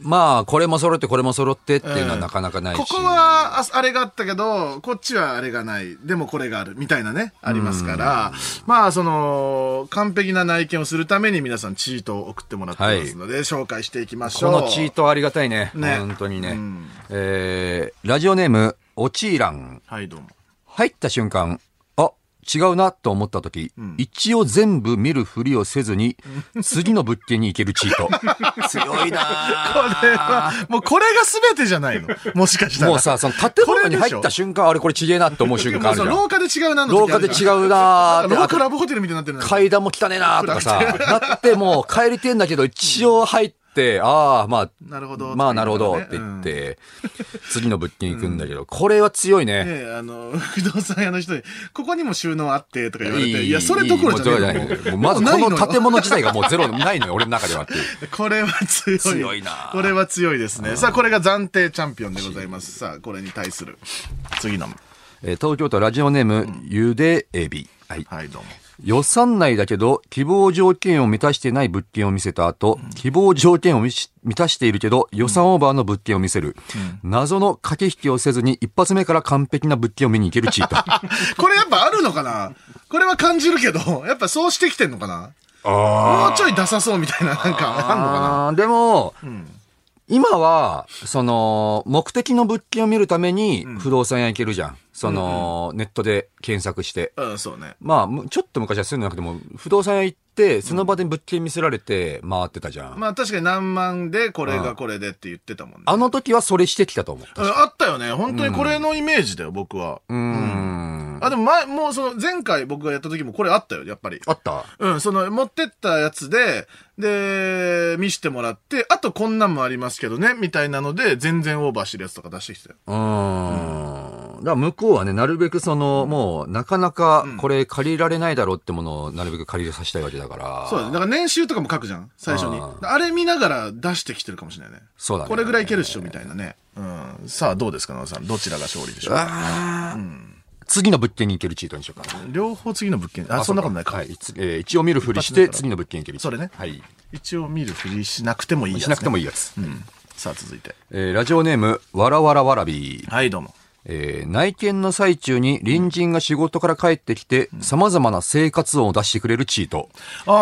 まあ、これも揃ってこれも揃ってっていうのはなかなかないし。 ここはあれがあったけど、こっちはあれがない。でもこれがある。みたいなね、ありますから。まあ、完璧な内見をするために皆さんチートを送ってもらってますので、紹介していきましょう。 このチートありがたいね。本当にね。ラジオネーム、おちーらん。 はい、どうも。 入った瞬間、違うなと思った時、一応全部見るふりをせずに、次の物件に行けるチート。強いなこれは、もうこれが全てじゃないの。もしかしたら。 もうさ、その建物に入った瞬間、あれこれちげえなって思う瞬間あるじゃん。 廊下で違うなの廊下で違うな廊下ラブホテルみたいになってる階段も汚ねえなとかさ、なってもう帰りてんだけど、一応入って、まあ、なるほどって言って、次の物件行くんだけど、これは強いね。 不動産屋の人に、ここにも収納あって、とか言われて、いや、それどころじゃない。 まずこの建物自体がもうゼロないのよ、俺の中ではっていう。 これは強い。 強いな。 これは強いですね。さあ、これが暫定チャンピオンでございます。さあ、これに対する、次の。 東京都ラジオネーム、ゆでエビ。 はい、どうも。 予算内だけど希望条件を満たしてない物件を見せた後、希望条件を満たしているけど予算オーバーの物件を見せる、謎の駆け引きをせずに一発目から完璧な物件を見に行けるチート。 これやっぱあるのかな。これは感じるけど、やっぱそうしてきてんのかな。もうちょいダサそうみたいな、なんかあんのかな。 でも、今は、目的の物件を見るために不動産屋行けるじゃん。ネットで検索して。 そうね。 まあ、ちょっと昔はそういうのなくても、不動産屋行って、その場で物件見せられて回ってたじゃん。 まあ確かに何万でこれがこれでって言ってたもんね。 あの時はそれしてきたと思う。 あったよね。本当にこれのイメージだよ、僕は。でももう前回僕がやった時もこれあったよ、やっぱり。 あった？ 持ってったやつで、見してもらって、あとこんなんもありますけどね、みたいなので、全然オーバーしてるやつとか出してきたよ。だから向こうはね、なるべくもう、なかなかこれ借りられないだろうってものをなるべく借りさせたいわけだから。 そうだね。だから年収とかも書くじゃん、最初に。あれ見ながら出してきてるかもしれないね。 そうだね。 これぐらいいけるっしょ、みたいなね。さあ、どうですか、野田さん。どちらが勝利でしょうか。 次の物件に行けるチートにしようかな。 両方次の物件。そんなことないか。はい。 一応見るふりして次の物件に行ける。 それね。 はい。 一応見るふりしなくてもいいやつ。 しなくてもいいやつ。 さあ続いて。 ラジオネーム、わらわらわらび。 はい、どうも。 内見の最中に隣人が仕事から帰ってきて、様々な生活音を出してくれるチート。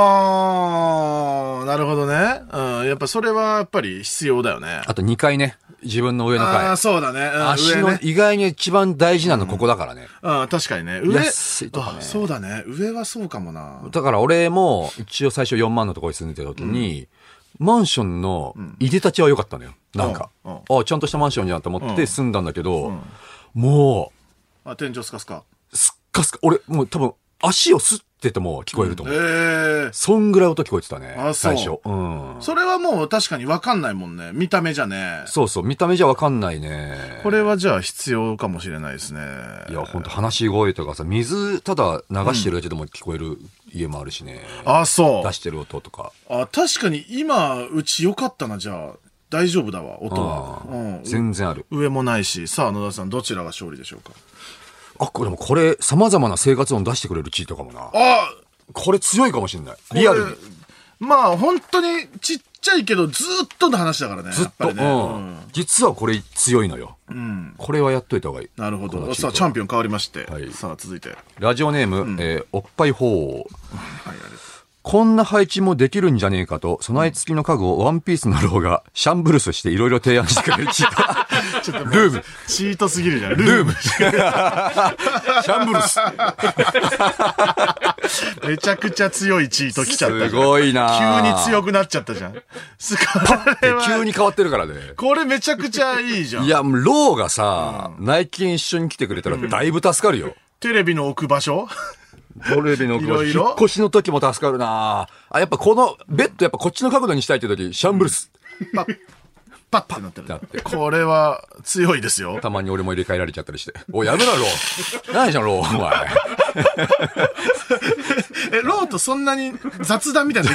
なるほどね。やっぱそれはやっぱり必要だよね。 あと2階ね。自分の上の階。 そうだね。 足の意外に一番大事なのここだからね。 確かにね。 安いとかね。 そうだね。上はそうかもな。 だから俺も一応最初4万のところに住んでた時に、マンションのいでたちは良かったのよ。なんか。ちゃんとしたマンションじゃんと思って住んだんだけど、もう。天井スカスカ。 スッカスカ。俺、もう多分、足を吸ってても聞こえると思う。そんぐらい音聞こえてたね。最初。 それはもう確かに分かんないもんね。見た目じゃね。 そうそう、見た目じゃ分かんないね。 これはじゃあ必要かもしれないですね。 いや、ほんと話し声とかさ、水ただ流してるだけでも聞こえる家もあるしね。 そう。 出してる音とか。 確かに今、うち良かったな、じゃあ。大丈夫だわ、音は。 全然ある。 上もないし。さあ、野田さん、どちらが勝利でしょうか。 でもこれ、様々な生活音出してくれるチートかもな。これ強いかもしれない。リアルに。 まあ、本当にちっちゃいけど、ずっとの話だからね。 ずっと。実はこれ強いのよ。これはやっといた方がいい。 なるほど。さあ、チャンピオン変わりまして。さあ、続いて。 ラジオネーム、おっぱいほう。こんな配置もできるんじゃねえかと、備え付きの家具をワンピースのローがシャンブルスしていろいろ提案してくれるチート。 ちょっとルーム。 チートすぎるじゃん。 ルーム。シャンブルス。 めちゃくちゃ強いチート来ちゃった。 すごいな急に強くなっちゃったじゃん。 急に変わってるからね。 これめちゃくちゃいいじゃん。 いや、ローがさ、内見一緒に来てくれたらだいぶ助かるよ。 テレビの置く場所テレビの引っ越しの時も助かるなやっぱこのベッドやっぱこっちの角度にしたいって時シャンブルスパッてなってる。これは強いですよ。 たまに俺も入れ替えられちゃったりして。やめろロー。何じゃんローお前。 ローとそんなに雑談みたいな。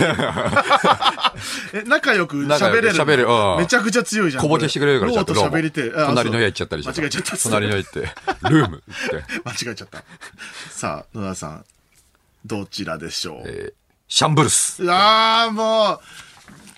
仲良く喋れる。 喋る。 めちゃくちゃ強いじゃん。 小ボケしてくれるから。 ローと喋りて。 隣の部屋行っちゃったりして。 間違えちゃった。 隣の部屋行って。ルームって。 間違えちゃった。さあ、野田さん。どちらでしょう。 シャンブルス。 もう、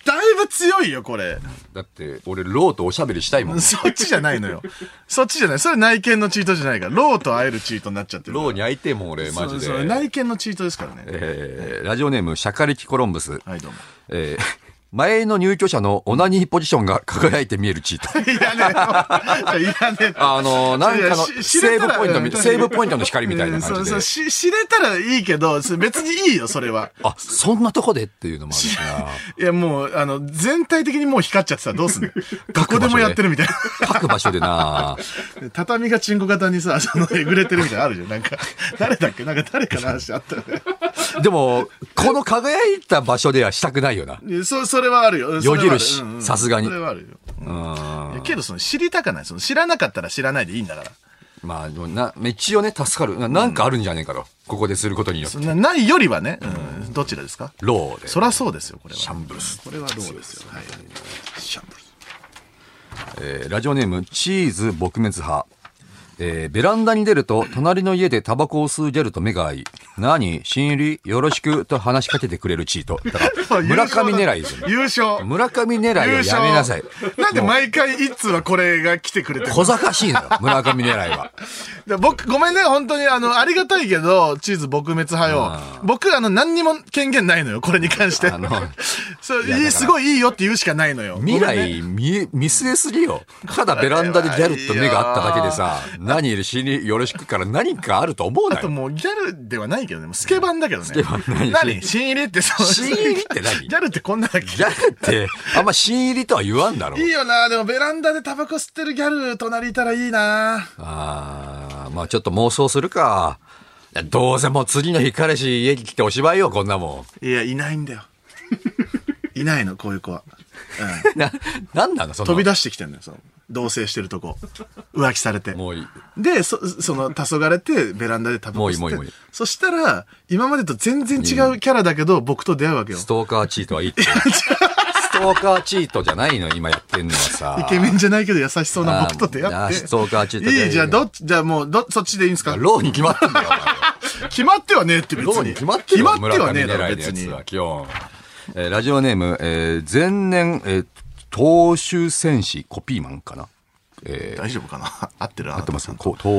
だいぶ強いよ、これ。 だって、俺、ローとおしゃべりしたいもん。 そっちじゃないのよ。そっちじゃない。それ内見のチートじゃないから。ローと会えるチートになっちゃってる。 ローに会いてえもん、俺、マジで。 そう内見のチートですからね。 ラジオネーム、シャカリキコロンブス。 はい、どうも。 前の入居者のオナニーポジションが輝いて見えるチート。 いらねえ。いらねえ。 なんかのセーブポイントみたい、セーブポイントの光みたいな感じで。 知れたらいいけど、別にいいよ、それは。 あ、そんなとこでっていうのもあるしな。 いや、もう、全体的にもう光っちゃってたらどうすんのどこでもやってるみたいな。 各場所でな畳がチンコ型にさ、えぐれてるみたいなのあるじゃん。なんか、誰だっけなんか誰かの話あったよね。 でも、この輝いた場所ではしたくないよな。 それはあるよ。 よぎるし、さすがに。 それはあるよ。けど、知りたかない。知らなかったら知らないでいいんだから。 まあ、一応ね、助かる。なんかあるんじゃねえかと。ここですることによって。 ないよりはね、どちらですか？ ローで。 そらそうですよ、これは。 シャンブルス。 これはローですよ。はい。シャンブルス。 ラジオネーム、チーズ撲滅派。ベランダに出ると、隣の家でタバコを吸うギャルと目が合い、何新入りよろしくと話しかけてくれるチート。だから村上狙いですよ。 優勝。 村上狙いをやめなさい。 なんで毎回一通はこれが来てくれてるの？ 小賢しいのよ、村上狙いは。 僕、ごめんね、本当にありがたいけど、チーズ撲滅派よ。僕、何にも権限ないのよ、これに関して。すごいいいよって言うしかないのよ。 未来、見据えすぎよ。ただベランダでギャルと目が合っただけでさ、何死によろしくから何かあると思うなよ。 あともうギャルではないけどね、スケバンだけどね。 スケバン何新入りって新入りって何ギャルってこんなだっけ？ ギャルって、あんま新入りとは言わんだろ。 いいよな、でもベランダでタバコ吸ってるギャル隣いたらいいな。 まあちょっと妄想するか。どうせもう次の日彼氏家に来ておしまいよ、こんなもん。いや、いないんだよ。いないの、こういう子は。 なんなのその飛び出してきてんのよ、同棲してるとこ。浮気されて。 もういい。 で、黄昏てベランダでタバコ吸って。もういい。そしたら、今までと全然違うキャラだけど、僕と出会うわけよ。 ストーカーチートはいいって。ストーカーチートじゃないの今やってんのはさ。 イケメンじゃないけど優しそうな僕と出会って。 ストーカーチートいい、じゃあもう、そっちでいいんですか？ ローに決まってんだよ、 決まってはねえって別に。 ローに決まってるよ、 決まってはねえだろ、別に。 ラジオネーム、前年、投手戦士コピーマンかな。 大丈夫かな？合ってる？ 合ってます。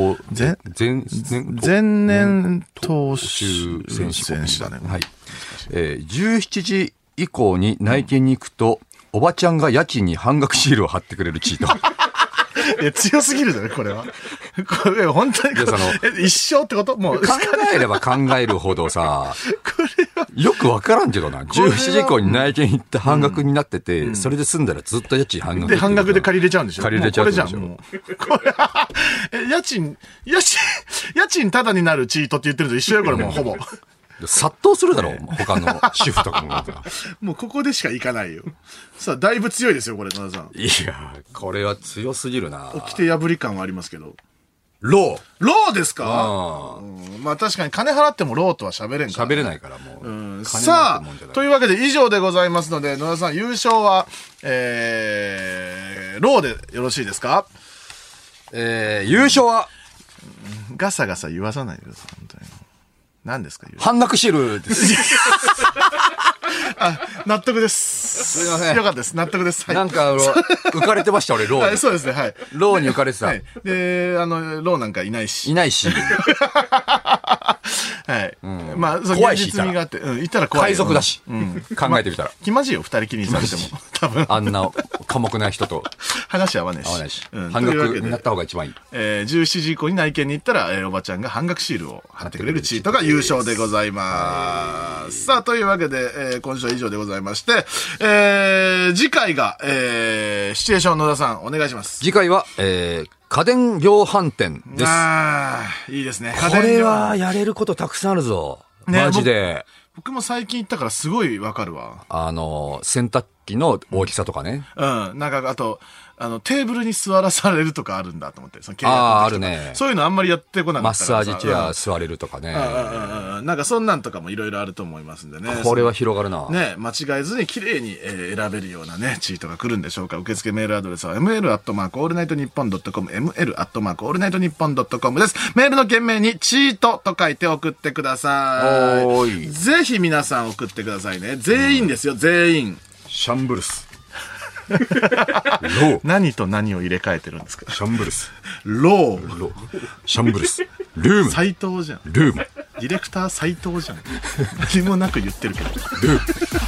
前年投手戦士だね。 はい。17時以降に内見に行くと、おばちゃんが家賃に半額シールを貼ってくれるチート。 いや、強すぎるだね、これは。これ、本当に一生ってこともう。 考えれば考えるほどさ、よくわからんけどな。17時以降に内見行って半額になってて、それで済んだらずっと家賃半額。 で、半額で借りれちゃうんでしょ？ 借りれちゃうんでしょ？ これ、家賃タダになるチートって言ってると一緒よ、これもうほぼ。 殺到するだろう、他の主婦とかも。 もうここでしか行かないよ。さあ、だいぶ強いですよ、これ、野田さん。 いや、これは強すぎるな。 掟破り感はありますけど。 ローですか？まあ確かに金払ってもローとは喋れんから。 喋れないからもう。 さあ、というわけで以上でございますので、野田さん優勝は、ローでよろしいですか？ 優勝はガサガサ言わさないでください、本当に。何ですか？ 半額シールです。 納得です。 すいません。 よかったです。納得です。 はい、なんか、浮かれてました、俺、ローに。 はい、そうですね、はい。 ローに浮かれてた。 はい、で、ローなんかいないし。 いないし。 はい。まあ、 怖いし。 現実味があって、いたら怖い。 海賊だし。考えてみたら。 気まじいよ、二人きりにされても。多分。 あんな、寡黙な人と。 話合わないし。 合わないし。半額になった方が一番いい。 17時以降に内見に行ったら、おばちゃんが半額シールを貼ってくれるチートが優勝でございます。さあ、というわけで、今週は以上でございまして、次回が、シチュエーション野田さん、お願いします。 次回は、家電量販店です。 いいですね。 これはやれることたくさんあるぞ。ね、マジで。 僕も最近行ったからすごいわかるわ。 洗濯機の大きさとかね。 なんか、あと、テーブルに座らされるとかあるんだと思って。その契約あるね。 そういうのあんまりやってこなかったから。 マッサージチェア座れるとかね。 なんかそんなんとかもいろいろあると思いますんでね。 これは広がるな。 ね、間違えずに綺麗に選べるようなね、チートが来るんでしょうか。受付メールアドレスは ml@allnightnippon.com、ml@allnightnippon.com です。メールの件名にチートと書いて送ってください。ぜひ皆さん送ってくださいね。全員ですよ、全員。 シャンブルス。ロー。 何と何を入れ替えてるんですか？ シャンブルス。 ロー。 ロー。シャンブルス。ルーム。 斎藤じゃん。 ルーム。 ディレクター斎藤じゃん。何もなく言ってるけど。 ルーム。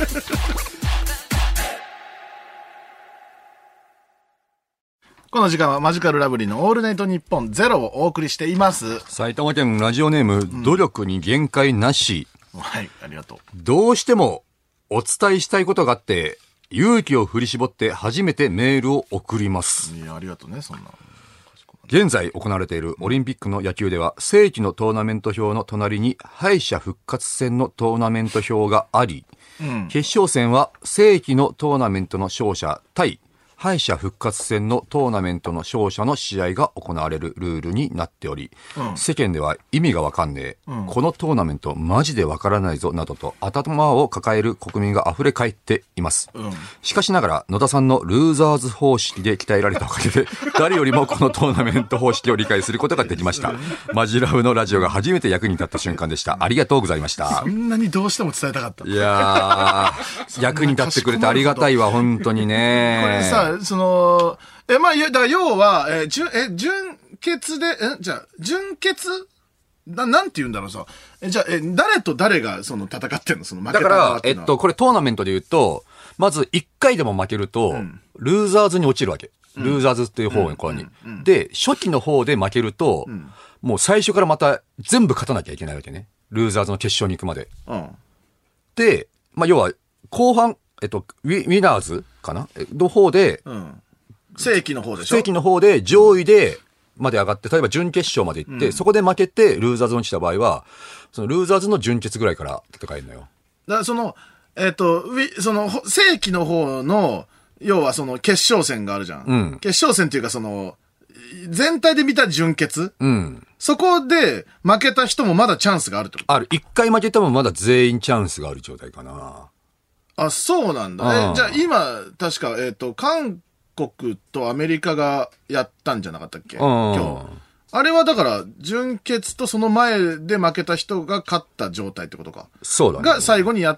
この時間はマジカルラブリーのオールナイトニッポンゼロをお送りしています。 埼玉県ラジオネーム、努力に限界なし。 はい、ありがとう。 どうしてもお伝えしたいことがあって、勇気を振り絞って初めてメールを送ります。 いや、ありがとうね、そんな。 現在行われているオリンピックの野球では、正規のトーナメント表の隣に敗者復活戦のトーナメント表があり、決勝戦は正規のトーナメントの勝者対敗者復活戦のトーナメントの勝者の試合が行われるルールになっており、世間では意味がわかんねえ、このトーナメントマジでわからないぞなどと頭を抱える国民が溢れ返っています。しかしながら野田さんのルーザーズ方式で鍛えられたおかげで誰よりもこのトーナメント方式を理解することができました。マジラブのラジオが初めて役に立った瞬間でした。ありがとうございました。 そんなにどうしても伝えたかった。 いやー、役に立ってくれてありがたいわ、本当にね。 これさ、まあ、だから要は、準決で、じゃあ、準決なんて言うんだろうさ。じゃあ、誰と誰が戦ってんの？その負けた側っていうのは。 だから、これトーナメントで言うと、まず1回でも負けると、ルーザーズに落ちるわけ。ルーザーズっていう方に。で、初期の方で負けると、もう最初からまた全部勝たなきゃいけないわけね。ルーザーズの決勝に行くまで。で、まあ、要は、後半、ウィナーズかなの方で、 正規の方でしょ？ 正規の方で上位でまで上がって、例えば準決勝まで行って、そこで負けてルーザーズに落ちた場合は、そのルーザーズの準決ぐらいから戦えるのよ。 だからその正規の方の、要はその決勝戦があるじゃん。決勝戦っていうか全体で見た準決。そこで負けた人もまだチャンスがあるってこと？ ある。一回負けてもまだ全員チャンスがある状態かな。 あ、そうなんだ。じゃあ今、確か、韓国とアメリカがやったんじゃなかったっけ？今日。あれはだから、準決とその前で負けた人が勝った状態ってことか。 そうだね。 が最後にやって、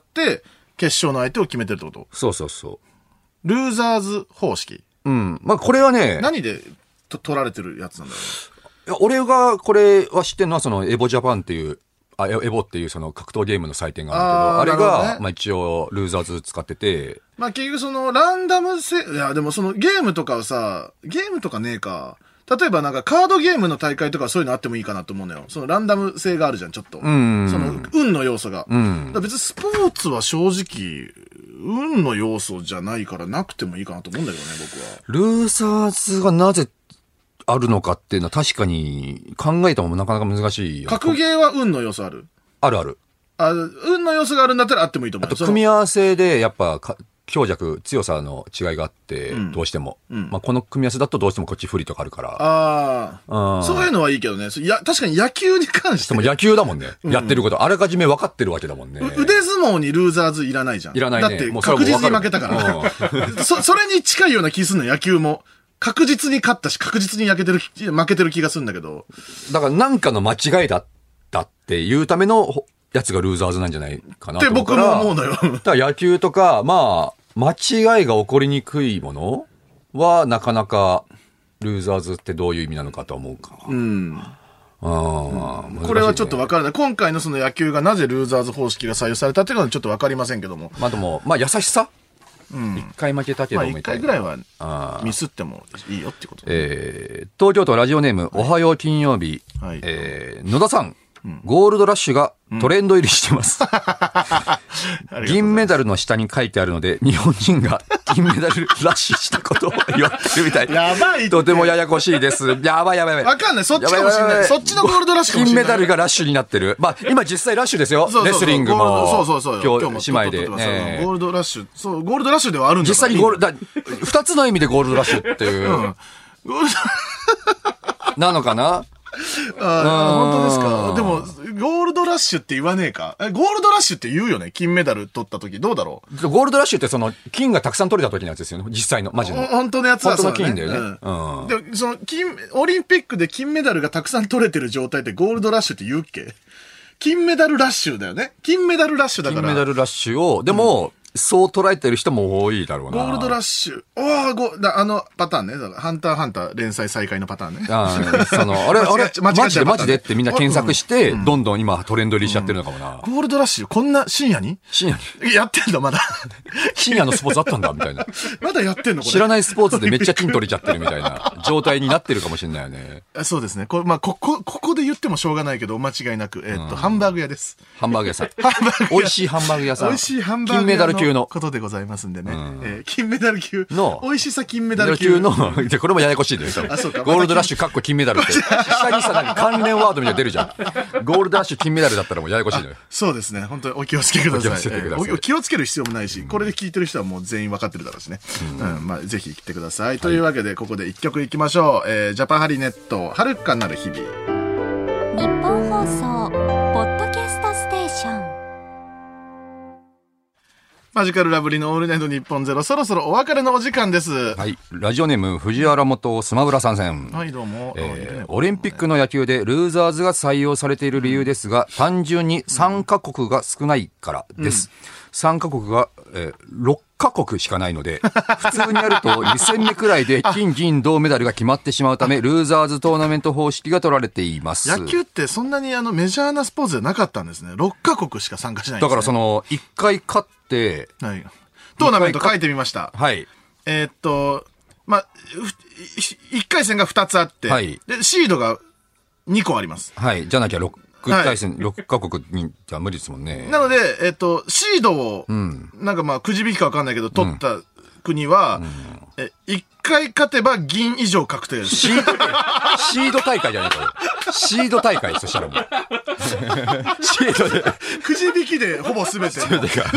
決勝の相手を決めてるってこと？ そうそうそう。 ルーザーズ方式。 まあこれはね。 何で取られてるやつなんだろう？いや、俺がこれは知ってるのはエボジャパンっていう、エボっていう格闘ゲームの祭典があるけど、あれが、まあ一応、ルーザーズ使ってて。 まあ結局ランダムいやでもゲームとかはさ、ゲームとかねえか。例えばなんかカードゲームの大会とかそういうのあってもいいかなと思うのよ。ランダム性があるじゃん、ちょっと。運の要素が。別にスポーツは正直、運の要素じゃないからなくてもいいかなと思うんだけどね、僕は。 ルーザーズがなぜあるのかっていうのは確かに考えたもなかなか難しいよ。 格ゲーは運の要素ある？ あるある。 運の要素があるんだったらあってもいいと思う。 あと組み合わせでやっぱ強弱、強さの違いがあって、どうしても。まあこの組み合わせだとどうしてもこっち不利とかあるから。そういうのはいいけどね。確かに野球に関して。 でも野球だもんね。やってること。あらかじめ分かってるわけだもんね。 腕相撲にルーザーズいらないじゃん。 いらないね。 だって確実に負けたから。それに近いような気するの、野球も。確実に勝ったし、確実に負けてる気がするんだけど。 だからなんかの間違いだったっていうためのやつがルーザーズなんじゃないかなと思うから。 って僕も思うのよ。 だから野球とか、まあ、間違いが起こりにくいものは、なかなか、ルーザーズってどういう意味なのかと思うか。 これはちょっとわからない。今回のその野球がなぜルーザーズ方式が採用されたっていうのはちょっとわかりませんけども。 まあでも、まあ優しさ一回負けたけどみたいな。 一回ぐらいはミスってもいいよってこと。 東京都ラジオネーム、おはよう金曜日。野田さん。ゴールドラッシュがトレンド入りしてます。銀メダルの下に書いてあるので、日本人が銀メダルラッシュしたことを言われてるみたい。 やばい。 とてもややこしいです。やばい。 わかんない。そっちかもしれない。そっちのゴールドラッシュかもしれない。 金メダルがラッシュになってる。まあ、今実際ラッシュですよ。レスリングも。そう。今日姉妹で。 ゴールドラッシュ。そう、ゴールドラッシュではあるんだ。 実際に二つの意味でゴールドラッシュっていう。なのかな？ 本当ですか？でも、ゴールドラッシュって言わねえか。ゴールドラッシュって言うよね。金メダル取った時。どうだろう？ゴールドラッシュって金がたくさん取れた時のやつですよね。実際の、マジの。 本当のやつはそうだね。本当の金だよね。で、オリンピックで金メダルがたくさん取れてる状態でゴールドラッシュって言うっけ？金メダルラッシュだよね。金メダルラッシュだから。 金メダルラッシュを、でも、 そう捉えてる人も多いだろうな。 ゴールドラッシュ。パターンね。だからハンターハンター連載再開のパターンね。 マジでってみんな検索して、どんどん今トレンド入りしちゃってるのかもな。 ゴールドラッシュ、こんな深夜にやってんだ、まだ。 深夜のスポーツあったんだ、みたいな。 まだやってんのこれ。 知らないスポーツでめっちゃ筋取れちゃってるみたいな状態になってるかもしれないよね。 そうですね。ここで言ってもしょうがないけど、間違いなく、ハンバーグ屋です。 ハンバーグ屋さん。美味しいハンバーグ屋さん。 美味しいハンバーグ屋。 金メダル級のことでございますんでね。金メダル級の、美味しさ金メダル級の、これもややこしいですよ。 あ、そうか。 ゴールドラッシュかっこ金メダルって。下にさ、なんか関連ワードみたいな出るじゃん。ゴールドラッシュ金メダルだったらもうややこしいのよ。 そうですね。本当にお気をつけください。気をつける必要もないし、これで聞いてる人はもう全員わかってるだろうしね。まあ、ぜひ来てください。というわけで、ここで一曲いきましょう。ジャパハリネット、遥かなる日々。 日本放送ポッドキャストステーション。 マジカルラブリーのオールナイトニッポンゼロ、そろそろお別れのお時間です。 はい。ラジオネーム、藤原元スマブラ参戦。 はい、どうも。 オリンピックの野球でルーザーズが採用されている理由ですが、単純に3カ国が少ないからです。3カ国が、6カ国しかないので、普通にやると2戦目くらいで金銀銅メダルが決まってしまうため、ルーザーズトーナメント方式が取られています。 野球ってそんなにメジャーなスポーツじゃなかったんですね。6カ国しか参加しないんですね。 だから1回勝って、 はい、トーナメント書いてみました。 はい。 まあ、1回戦が2つあって、はい、で、シードが2個あります。 はい。じゃなきゃ6回戦、6カ国にじゃ無理ですもんね。 なので、シードを、なんかまあ、くじ引きかわかんないけど、取った国は、1回勝てば銀以上確定です。 シード大会じゃないこれ。シード大会、そしたらもう。シードで。 くじ引きでほぼ全て。うわ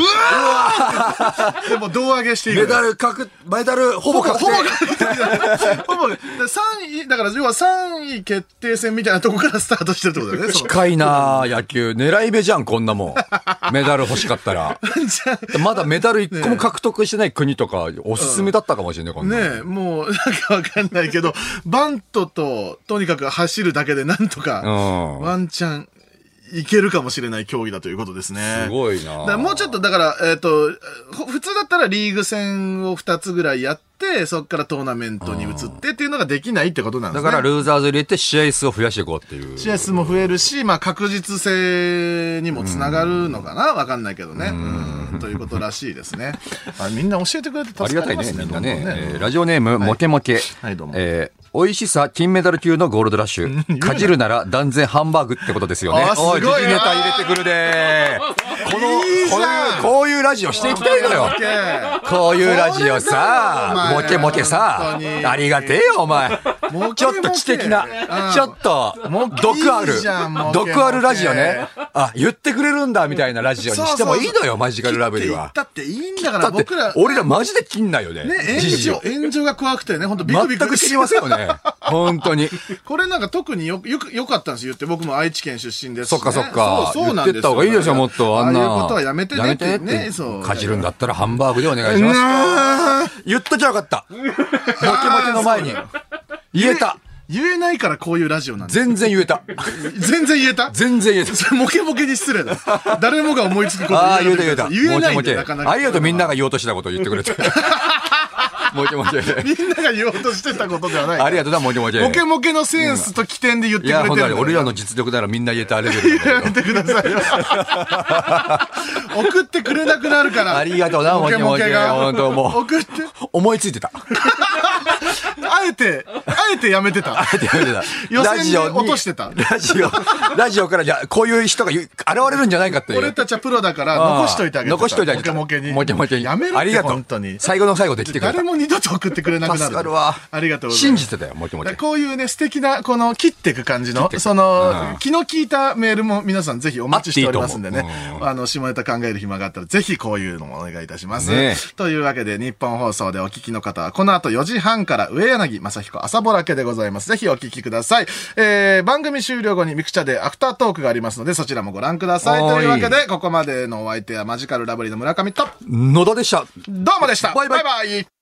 ーでも胴上げしていく。 メダル、ほぼ確定。ほぼ 3位、だから要は3位決定戦みたいなとこからスタートしてるってことだよね。 近いなぁ、野球。狙い目じゃん、こんなもん。メダル欲しかったら。まだメダル1個も獲得してない国とか、おすすめだったかもしれない、こんな。 ねえ、もう、なんかわかんないけど、バントと、とにかく走るだけでなんとか、ワンチャン、いけるかもしれない競技だということですね。 すごいな。 もうちょっと、だから、普通だったらリーグ戦を2つぐらいやって、そっからトーナメントに移ってっていうのができないってことなんですね。 だからルーザーズ入れて試合数を増やしていこうっていう。 試合数も増えるし、まあ確実性にもつながるのかな、わかんないけどね。ということらしいですね。みんな教えてくれて助かりますね。 ありがたいね、みんなね。ラジオネーム、モケモケ。 はい、どうも。 美味しさ金メダル級のゴールドラッシュ。かじるなら断然ハンバーグってことですよね。 おい、時事ネタ入れてくるね。こういうラジオしていきたいのよ。こういうラジオさ、モケモケさ、ありがてえよ、お前。ちょっと知的な、ちょっと、毒あるラジオね。あ、言ってくれるんだ、みたいなラジオにしてもいいのよ、マジカルラブリーは。 だっていいんだから、僕ら。 俺らマジで切んないよね。 炎上が怖くてね、本当ビクビク。 全く知りませんよね。本当に。 これなんか特によかったんですよ。言って、僕も愛知県出身ですし、ね。 そっか。 そうなんですよ。 言ってった方がいいですよ、もっと。あんな。 ああいうことはやめてねってね。 かじるんだったらハンバーグでお願いします。言っときゃよかった。モケモケの前に。言えた。 言えないからこういうラジオなんです。 全然言えた。 全然言えた。 全然言えた。 それモケモケに失礼だ。誰もが思いつくこと言えた。 言えないんだよ、なかなか。 ありがとう、みんなが言おうとしたことを言ってくれて。モケモケ。 みんなが言おうとしてたことではない。 ありがとうな、モケモケ。 モケモケのセンスと起点で言ってくれてる。いや、 本当に俺らの実力ならみんな言えたレベル。 やめてくださいよ。送ってくれなくなるから。 ありがとうな、モケモケが。本当もう。 送って。 思いついてた。 あえてやめてた。予選で落としてた。 ラジオからじゃこういう人が現れるんじゃないかっていう。 俺たちはプロだから残しといてあげて。 残しといてあげて。 モケモケに。 モケモケに。 やめろって、本当に。 最後の最後で来てくれた。 誰も二度と送ってくれなくなる。 助かるわ。 ありがとうございます。 信じてたよ、モケモケ。 こういうね、素敵な、この切っていく感じの、気の利いたメールも皆さんぜひお待ちしておりますんでね。下ネタ考える暇があったらぜひこういうのもお願いいたします。というわけで、日本放送でお聞きの方は、この後4時半から上柳正彦朝ぼらけでございます。ぜひお聞きください。番組終了後にミクチャでアフタートークがありますので、そちらもご覧ください。というわけで、ここまでのお相手はマジカルラブリーの村上と野田でした。 どうもでした。 バイバイ。 バイバイ。